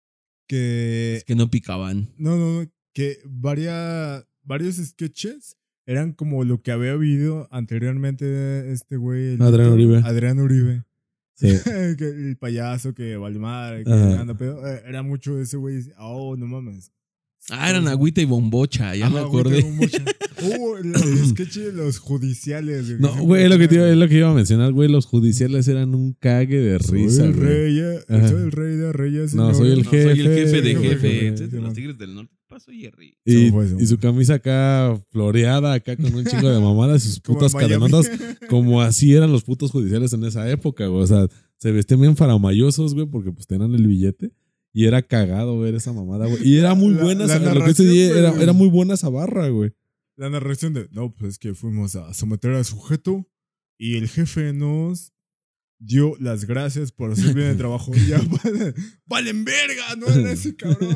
que
Es que no picaban.
no, no, no, que varia- varios sketches eran como lo que había vivido anteriormente este güey. el
Adrián
Víctor,
Uribe.
Adrián Uribe.
Sí.
Que el payaso que Valdemar, que
Ajá.
anda pedo. eh, Era mucho de ese güey. Oh, no mames.
Ah, eran agüita y bombocha, ya
Ajá,
me
güey,
acordé.
tengo mucha- Uh, el, el sketch de los judiciales. que
No,
siempre
güey, es lo que, te iba,
decían,
es lo que iba a mencionar, güey. Los judiciales eran un cague de
Soy
risa,
el
güey.
rey, eh,
Ajá.
soy el rey de reyes.
No,
señor.
soy el
No, soy el
jefe,
jefe de
jefe,
jefe.
jefe,
Este es de
sí,
los
man.
Tigres del Norte. ¿Qué pasó, Jerry?
Y,
Eso fue eso.
y su camisa acá floreada, acá con un chingo de mamadas y sus
Como
putas
en Miami.
cadenotas, como así eran los putos judiciales en esa época, güey. O sea, se vestían bien faramayosos, güey, porque pues tenían el billete. Y era cagado ver esa mamada, güey. Y era muy
La-
buena,
la
esa- lo que
narración,
se era,
güey.
era muy buena esa barra, güey.
La narración de, no, pues es que fuimos a someter al sujeto y el jefe nos dio las gracias por hacer bien el trabajo. Y ya, valen, valen verga, no era ese cabrón.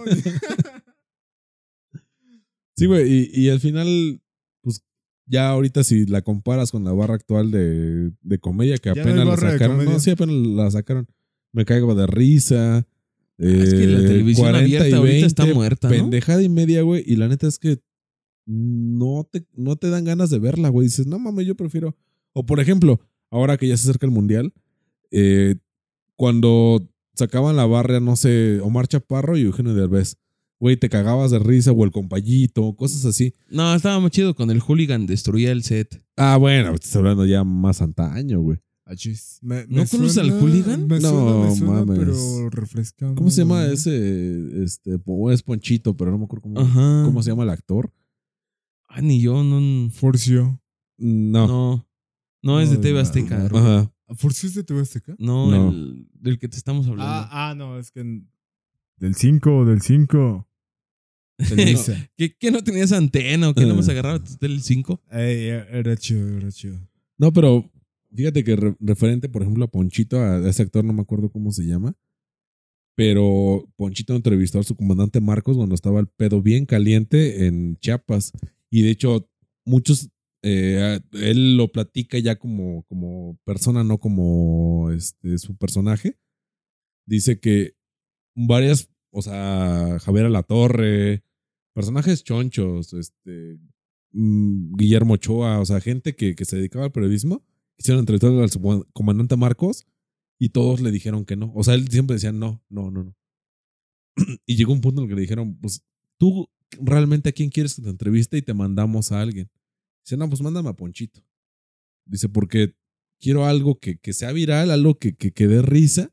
Sí, güey, y, y al final, pues ya ahorita si la comparas con la barra actual de, de comedia que
Ya no hay
apenas la
barra de
sacaron,
comedia.
no, sí, apenas la sacaron, me caigo de risa.
Ah, es que la
eh,
televisión
cuarenta y
abierta ahorita
veinte,
está muerta, ¿no?
pendejada y media, güey, y la neta es que no te, no te dan ganas de verla, güey. Dices, no mames, yo prefiero. O por ejemplo, ahora que ya se acerca el mundial, eh, cuando sacaban la barra, no sé, Omar Chaparro y Eugenio Derbez, güey, te cagabas de risa, o el compayito, cosas así.
No, estaba muy chido con el hooligan, destruía el set.
Ah, bueno, estás hablando ya más antaño, güey.
Achis. Me-
¿No
me
conoces al
suena-
hooligan?
Me
No,
suena, me suena,
mames.
pero refrescando.
¿Cómo se llama ese? Este, po- es Ponchito, pero no me acuerdo cómo,
Ajá.
cómo se llama el actor.
Ah, ni yo, no.
Forcio.
No.
No. No, es de
No,
T V
la-
Azteca.
la-
Ajá.
¿Forcio es de T V Azteca?
No,
No.
el del que te estamos hablando.
Ah, ah, no, es que. en- Del cinco, del cinco. Televisa.
¿Qué, qué no tenías antena o qué no
Eh.
más agarraba tu tele cinco?
Ey, era chido, era chido.
No, pero fíjate que re- referente, por ejemplo, a Ponchito, a ese actor no me acuerdo cómo se llama, pero Ponchito entrevistó a su comandante Marcos cuando estaba el pedo bien caliente en Chiapas. Y de hecho, muchos, eh, él lo platica ya como, como persona, no como este, su personaje. Dice que varias, o sea, Javier Alatorre, personajes chonchos, este, mm, Guillermo Ochoa, o sea, gente que, que se dedicaba al periodismo, hicieron entrevistar al sub- comandante Marcos y todos le dijeron que no. O sea, él siempre decía no, no, no, no. Y llegó un punto en el que le dijeron, pues, tú realmente a quién quieres que te entreviste y te mandamos a alguien. Dice, no, pues mándame a Ponchito. Dice, porque quiero algo que, que sea viral, algo que, que, que dé risa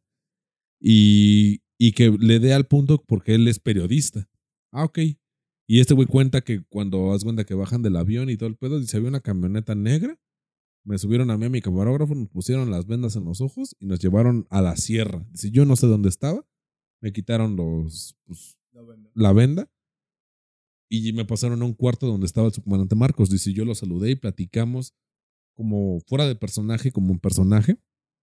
y, y que le dé al punto porque él es periodista. Ah, ok. Y este güey cuenta que cuando haz cuenta que bajan del avión y todo el pedo, dice, había una camioneta negra, me subieron a mí, a mi camarógrafo, nos pusieron las vendas en los ojos y nos llevaron a la sierra. Dice, yo no sé dónde estaba, me quitaron los, pues,
La venda.
la venda y me pasaron a un cuarto donde estaba el subcomandante Marcos. Dice, yo lo saludé y platicamos como fuera de personaje, como un personaje.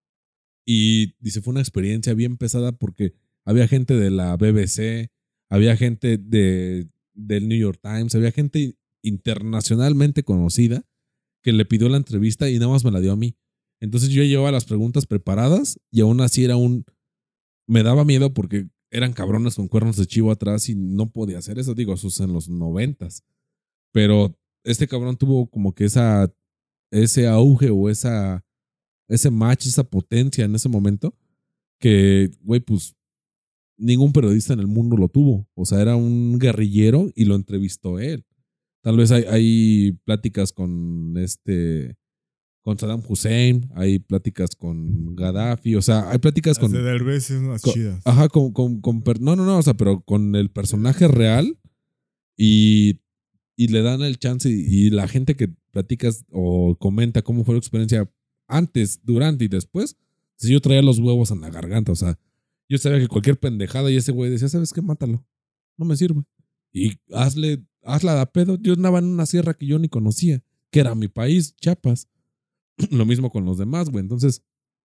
Y dice, fue una experiencia bien pesada porque había gente de la B B C, había gente de, del New York Times, había gente internacionalmente conocida que le pidió la entrevista y nada más me la dio a mí. Entonces yo llevaba las preguntas preparadas y aún así era un... Me daba miedo porque eran cabrones con cuernos de chivo atrás y no podía hacer eso. Digo, eso es en los noventas. Pero este cabrón tuvo como que esa, ese auge o esa, ese match, esa potencia en ese momento que, güey, pues ningún periodista en el mundo lo tuvo. O sea, era un guerrillero y lo entrevistó él. Tal vez hay, hay pláticas con este, con Saddam Hussein, hay pláticas con Gaddafi, o sea, hay pláticas
Las
con...
de Derbez son unas
con-
chidas.
Ajá, con, con, con per- no, no, no, o sea, pero con el personaje real y, y le dan el chance y, y la gente que platicas o comenta cómo fue la experiencia antes, durante y después, si yo traía los huevos en la garganta, o sea, yo sabía que cualquier pendejada y ese güey decía, ¿sabes qué? Mátalo, no me sirve. Y hazle, hazla de a pedo. Yo andaba en una sierra que yo ni conocía, que era mi país, Chiapas. Lo mismo con los demás, güey. Entonces,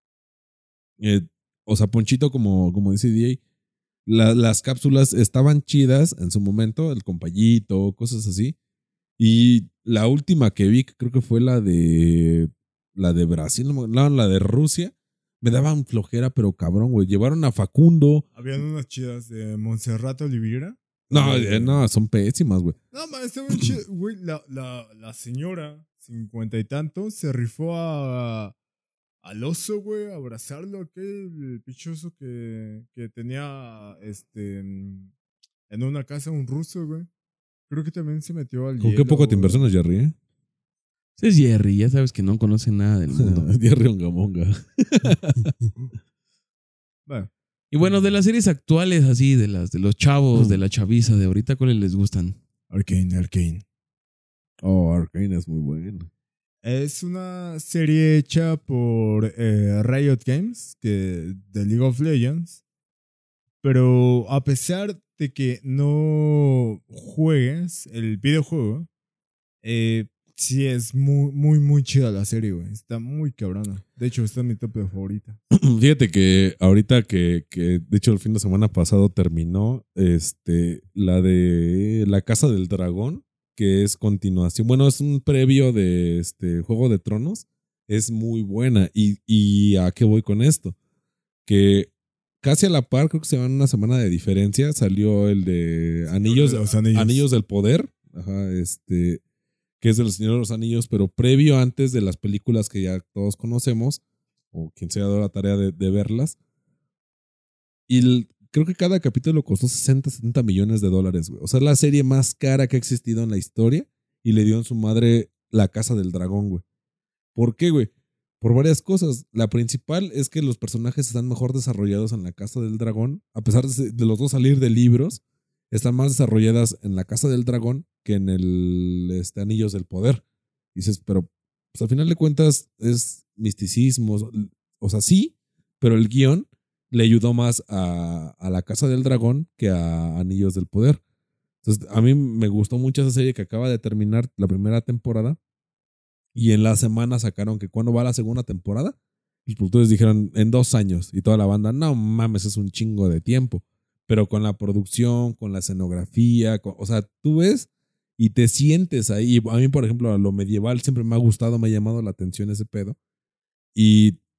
eh, o sea, Ponchito, como, como dice D J, la- las cápsulas estaban chidas en su momento, el compayito, cosas así. Y la última que vi, que creo que fue la de la de Brasil, no, me- no, la de Rusia, me daban flojera, pero cabrón, güey. Llevaron a Facundo.
Habían unas chidas de Montserrat Oliveira.
No,
Eh,
eh, no, son pésimas, güey.
No, ma, está bien chido. Güey, la, la, la señora, cincuenta y tantos, se rifó a, al oso, güey, a abrazarlo, aquel pichoso que, que tenía este mm, en una casa un ruso, güey. Creo que también se metió al
¿Con
hielo.
qué poco te
güey.
inversiones, Jerry? ¿Eh?
Ese es Jerry, ya sabes que no conoce nada del mundo.
Jerry Ongamonga.
Bueno,
Y bueno, de las series actuales, así, de las de los chavos,
Mm.
de la chaviza de ahorita, ¿cuáles les gustan?
Arcane, Arcane.
Oh, Arcane es muy bueno.
Es una serie hecha por eh, Riot Games, que, de League of Legends. Pero a pesar de que no juegues el videojuego, eh, sí es muy, muy, muy chida la serie, güey. Está muy cabrona. De hecho, está en mi top de favorita.
Fíjate que ahorita que, que, de hecho, el fin de semana pasado terminó este, la de La Casa del Dragón, que es continuación. Bueno, es un previo de este Juego de Tronos. Es muy buena. ¿Y, y a qué voy con esto? Que casi a la par, creo que se van una semana de diferencia, salió el de Anillos,
de los Anillos.
Anillos del Poder. Ajá, este. Que es de los Señor de los Anillos, pero previo antes de las películas que ya todos conocemos, o quien se ha dado la tarea de, de verlas. Y el- creo que cada capítulo costó sesenta, setenta millones de dólares, güey. O sea, es la serie más cara que ha existido en la historia y le dio en su madre La Casa del Dragón, güey. ¿Por qué, güey? Por varias cosas. La principal es que los personajes están mejor desarrollados en La Casa del Dragón, a pesar de, de los dos salir de libros, están más desarrolladas en La Casa del Dragón que en el este, Anillos del Poder. Dices, pero pues, al final de cuentas es misticismo. O sea, sí, pero el guión le ayudó más a, a La Casa del Dragón que a Anillos del Poder. Entonces, a mí me gustó mucho esa serie que acaba de terminar la primera temporada. Y en la semana sacaron que cuando va la segunda temporada, los productores dijeron en dos años. Y toda la banda, no mames, es un chingo de tiempo. Pero con la producción, con la escenografía, con- o sea, tú ves y te sientes ahí. A mí, por ejemplo, lo medieval siempre me ha gustado, me ha llamado la atención ese pedo. Y,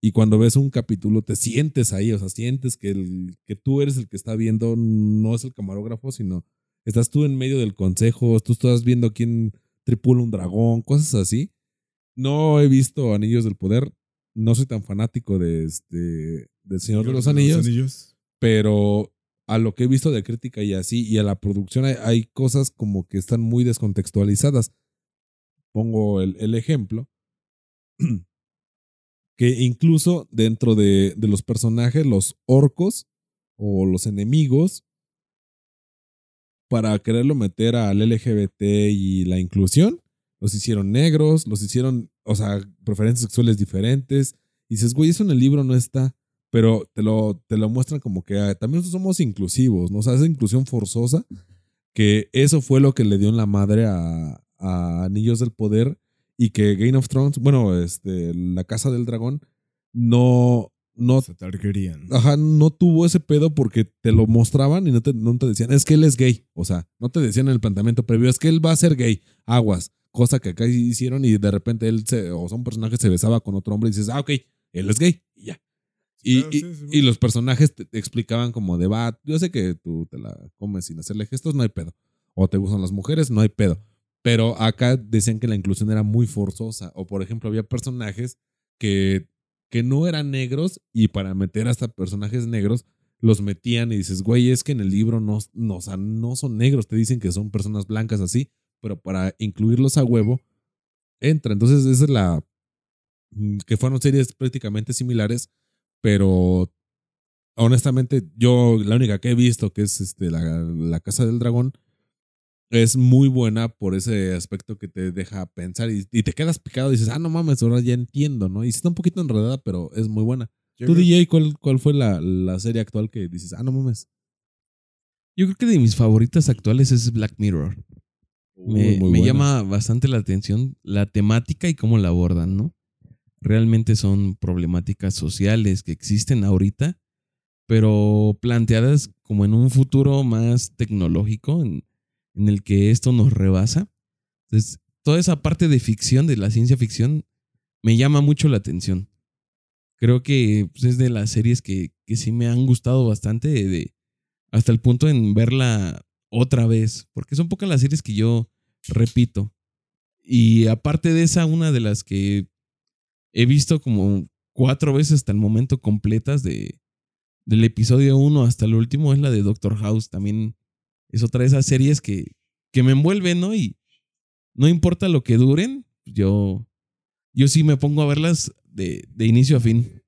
Y cuando ves un capítulo te sientes ahí, o sea, sientes que, el, que tú eres el que está viendo, no es el camarógrafo, sino estás tú en medio del consejo, tú estás viendo quién tripula un dragón, cosas así. No he visto Anillos del Poder, no soy tan fanático de este del Señor de los Anillos,
Anillos.
pero a lo que he visto de crítica y así, y a la producción hay, hay cosas como que están muy descontextualizadas. Pongo el, el ejemplo, que incluso dentro de, de los personajes, los orcos o los enemigos, para quererlo meter al L G B T y la inclusión, los hicieron negros, los hicieron, o sea, preferencias sexuales diferentes. Y dices, güey, eso en el libro no está, pero te lo, te lo muestran como que ah, también somos inclusivos, ¿no? O sea, esa inclusión forzosa, que eso fue lo que le dio en la madre a, a Anillos del Poder, y que Game of Thrones, bueno, este, la Casa del Dragón, no, no,
Targaryen.
ajá, no tuvo ese pedo porque te lo mostraban y no te, no te decían, es que él es gay. O sea, no te decían en el planteamiento previo, es que él va a ser gay, aguas. Cosa que acá hicieron y de repente él, se, o sea, un personaje se besaba con otro hombre y dices, ah, ok, él es gay y ya. Y,
Claro,
y,
sí, sí,
y los personajes te, te explicaban como de, va, yo sé que tú te la comes sin hacerle gestos, no hay pedo. O te gustan las mujeres, no hay pedo. Pero acá decían que la inclusión era muy forzosa. O por ejemplo, había personajes que, que no eran negros y para meter hasta personajes negros los metían y dices, güey, es que en el libro no, no, o sea, no son negros, te dicen que son personas blancas así, pero para incluirlos a huevo entra. Entonces esa es la... que fueron series prácticamente similares, pero honestamente yo la única que he visto, que es este, la, la Casa del Dragón, es muy buena por ese aspecto que te deja pensar y, y te quedas picado y dices, ah, no mames, ahora ya entiendo, ¿no? Y sí está un poquito enredada, pero es muy buena.
Yo
¿Tú,
creo-
D J, cuál, cuál fue la, la serie actual que dices, ah, no mames?
Yo creo que de mis favoritas actuales es Black Mirror. Me,
Uy, muy
me
buena.
llama bastante la atención la temática y cómo la abordan, ¿no? Realmente son problemáticas sociales que existen ahorita, pero planteadas como en un futuro más tecnológico, en, en el que esto nos rebasa. Entonces, toda esa parte de ficción, de la ciencia ficción, me llama mucho la atención. Creo que pues, es de las series que, que sí me han gustado bastante, de, de- hasta el punto en verla otra vez, porque son pocas las series que yo repito. Y aparte de esa, una de las que he visto como cuatro veces hasta el momento completas de, del episodio uno hasta el último es la de Doctor House. También es otra de esas series que, que me envuelven, ¿no? Y no importa lo que duren, yo, yo sí me pongo a verlas de, de inicio a fin.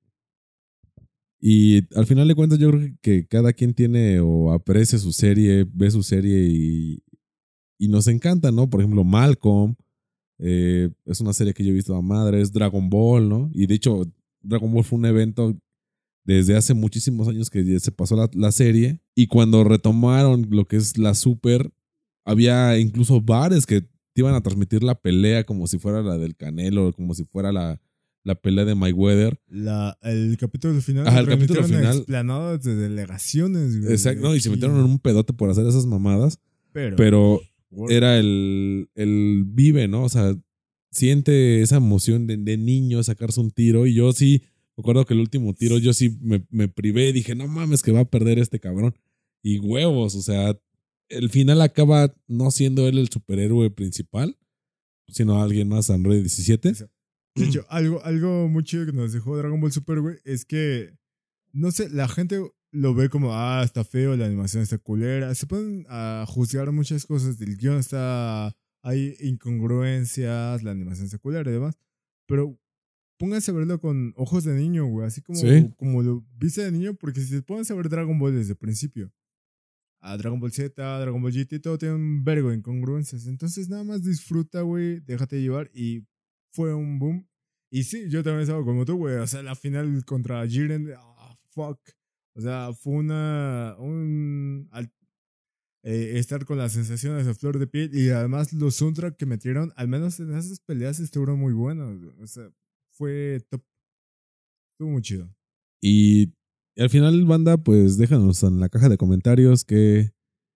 Y al final de cuentas yo creo que cada quien tiene o aprecia su serie, ve su serie y, y nos encanta, ¿no? Por ejemplo, Malcolm, eh, es una serie que yo he visto a madres, Dragon Ball, ¿no? Y de hecho, Dragon Ball fue un evento desde hace muchísimos años que ya se pasó la, la serie, y cuando retomaron lo que es la Super, había incluso bares que te iban a transmitir la pelea como si fuera la del Canelo, como si fuera la, la pelea de Mayweather.
La, el capítulo final.
Ajá,
lo
el capítulo
transmitieron en
final.
explanadas de delegaciones, güey.
Exacto, no, y se
Aquí.
metieron en un pedote por hacer esas mamadas,
Pero.
pero
Por-
era el, el vive, ¿no? O sea, siente esa emoción de, de niño sacarse un tiro, y yo sí, me acuerdo que el último tiro yo sí me, me privé, dije, no mames que va a perder este cabrón. Y huevos, o sea, el final acaba no siendo él el superhéroe principal, sino alguien más, Android diecisiete.
De hecho, algo, algo muy chido que nos dejó Dragon Ball Super, güey, es que, no sé, la gente lo ve como, ah, está feo, la animación está culera. Se pueden a juzgar muchas cosas, del guión está, hay incongruencias, la animación está culera y demás. Pero pónganse a verlo con ojos de niño, güey, así como,
Sí.
como lo viste de niño, porque si se ponen a ver Dragon Ball desde el principio, a Dragon Ball Z, Dragon Ball G T, todo tiene un vergo de incongruencias. Entonces nada más disfruta, güey, déjate llevar, y fue un boom. Y sí, yo también estaba como tú, güey. O sea, la final contra Jiren, ah, fuck. O sea, fue una. Un, al- eh, estar con las sensaciones a flor de piel. Y además, los soundtrack que metieron, al menos en esas peleas, estuvieron muy buenos. O sea, fue top. Estuvo muy chido.
Y al final, banda, pues déjanos en la caja de comentarios qué,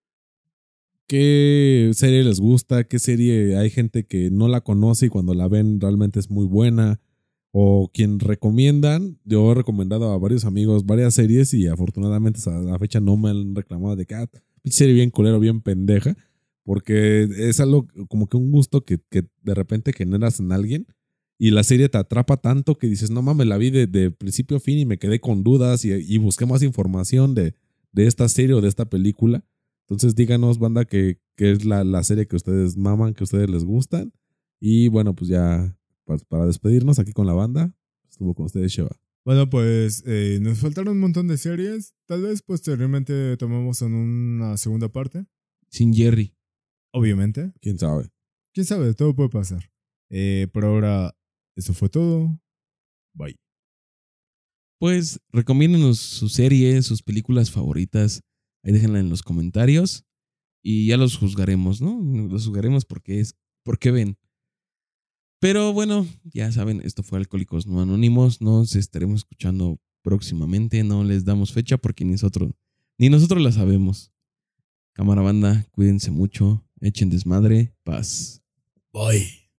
qué serie les gusta, qué serie hay gente que no la conoce y cuando la ven realmente es muy buena, o quien recomiendan. Yo he recomendado a varios amigos varias series y afortunadamente a la fecha no me han reclamado de que ah, pinche serie bien culero, bien pendeja, porque es algo como que un gusto que, que de repente generas en alguien y la serie te atrapa tanto que dices, no mames, la vi de, de principio a fin y me quedé con dudas y, y busqué más información de, de esta serie o de esta película. Entonces díganos, banda, que, que es la, la serie que ustedes maman, que a ustedes les gustan. Y bueno, pues ya para, para despedirnos aquí con la banda, estuvo con ustedes Sheva.
Bueno, pues eh, nos faltaron un montón de series. Tal vez posteriormente tomemos en una segunda parte.
Sin Jerry.
Obviamente.
¿Quién sabe?
Quién sabe, todo puede pasar. Eh, por ahora, eso fue todo. Bye.
Pues recomiéndenos sus series, sus películas favoritas. Ahí déjenla en los comentarios. Y ya los juzgaremos, ¿no? Los juzgaremos porque es. Porque ven. Pero bueno, ya saben, esto fue Alcohólicos No Anónimos. Nos estaremos escuchando próximamente. No les damos fecha porque ni nosotros, ni nosotros la sabemos. Cámara banda, cuídense mucho. Echen desmadre. Paz.
Bye.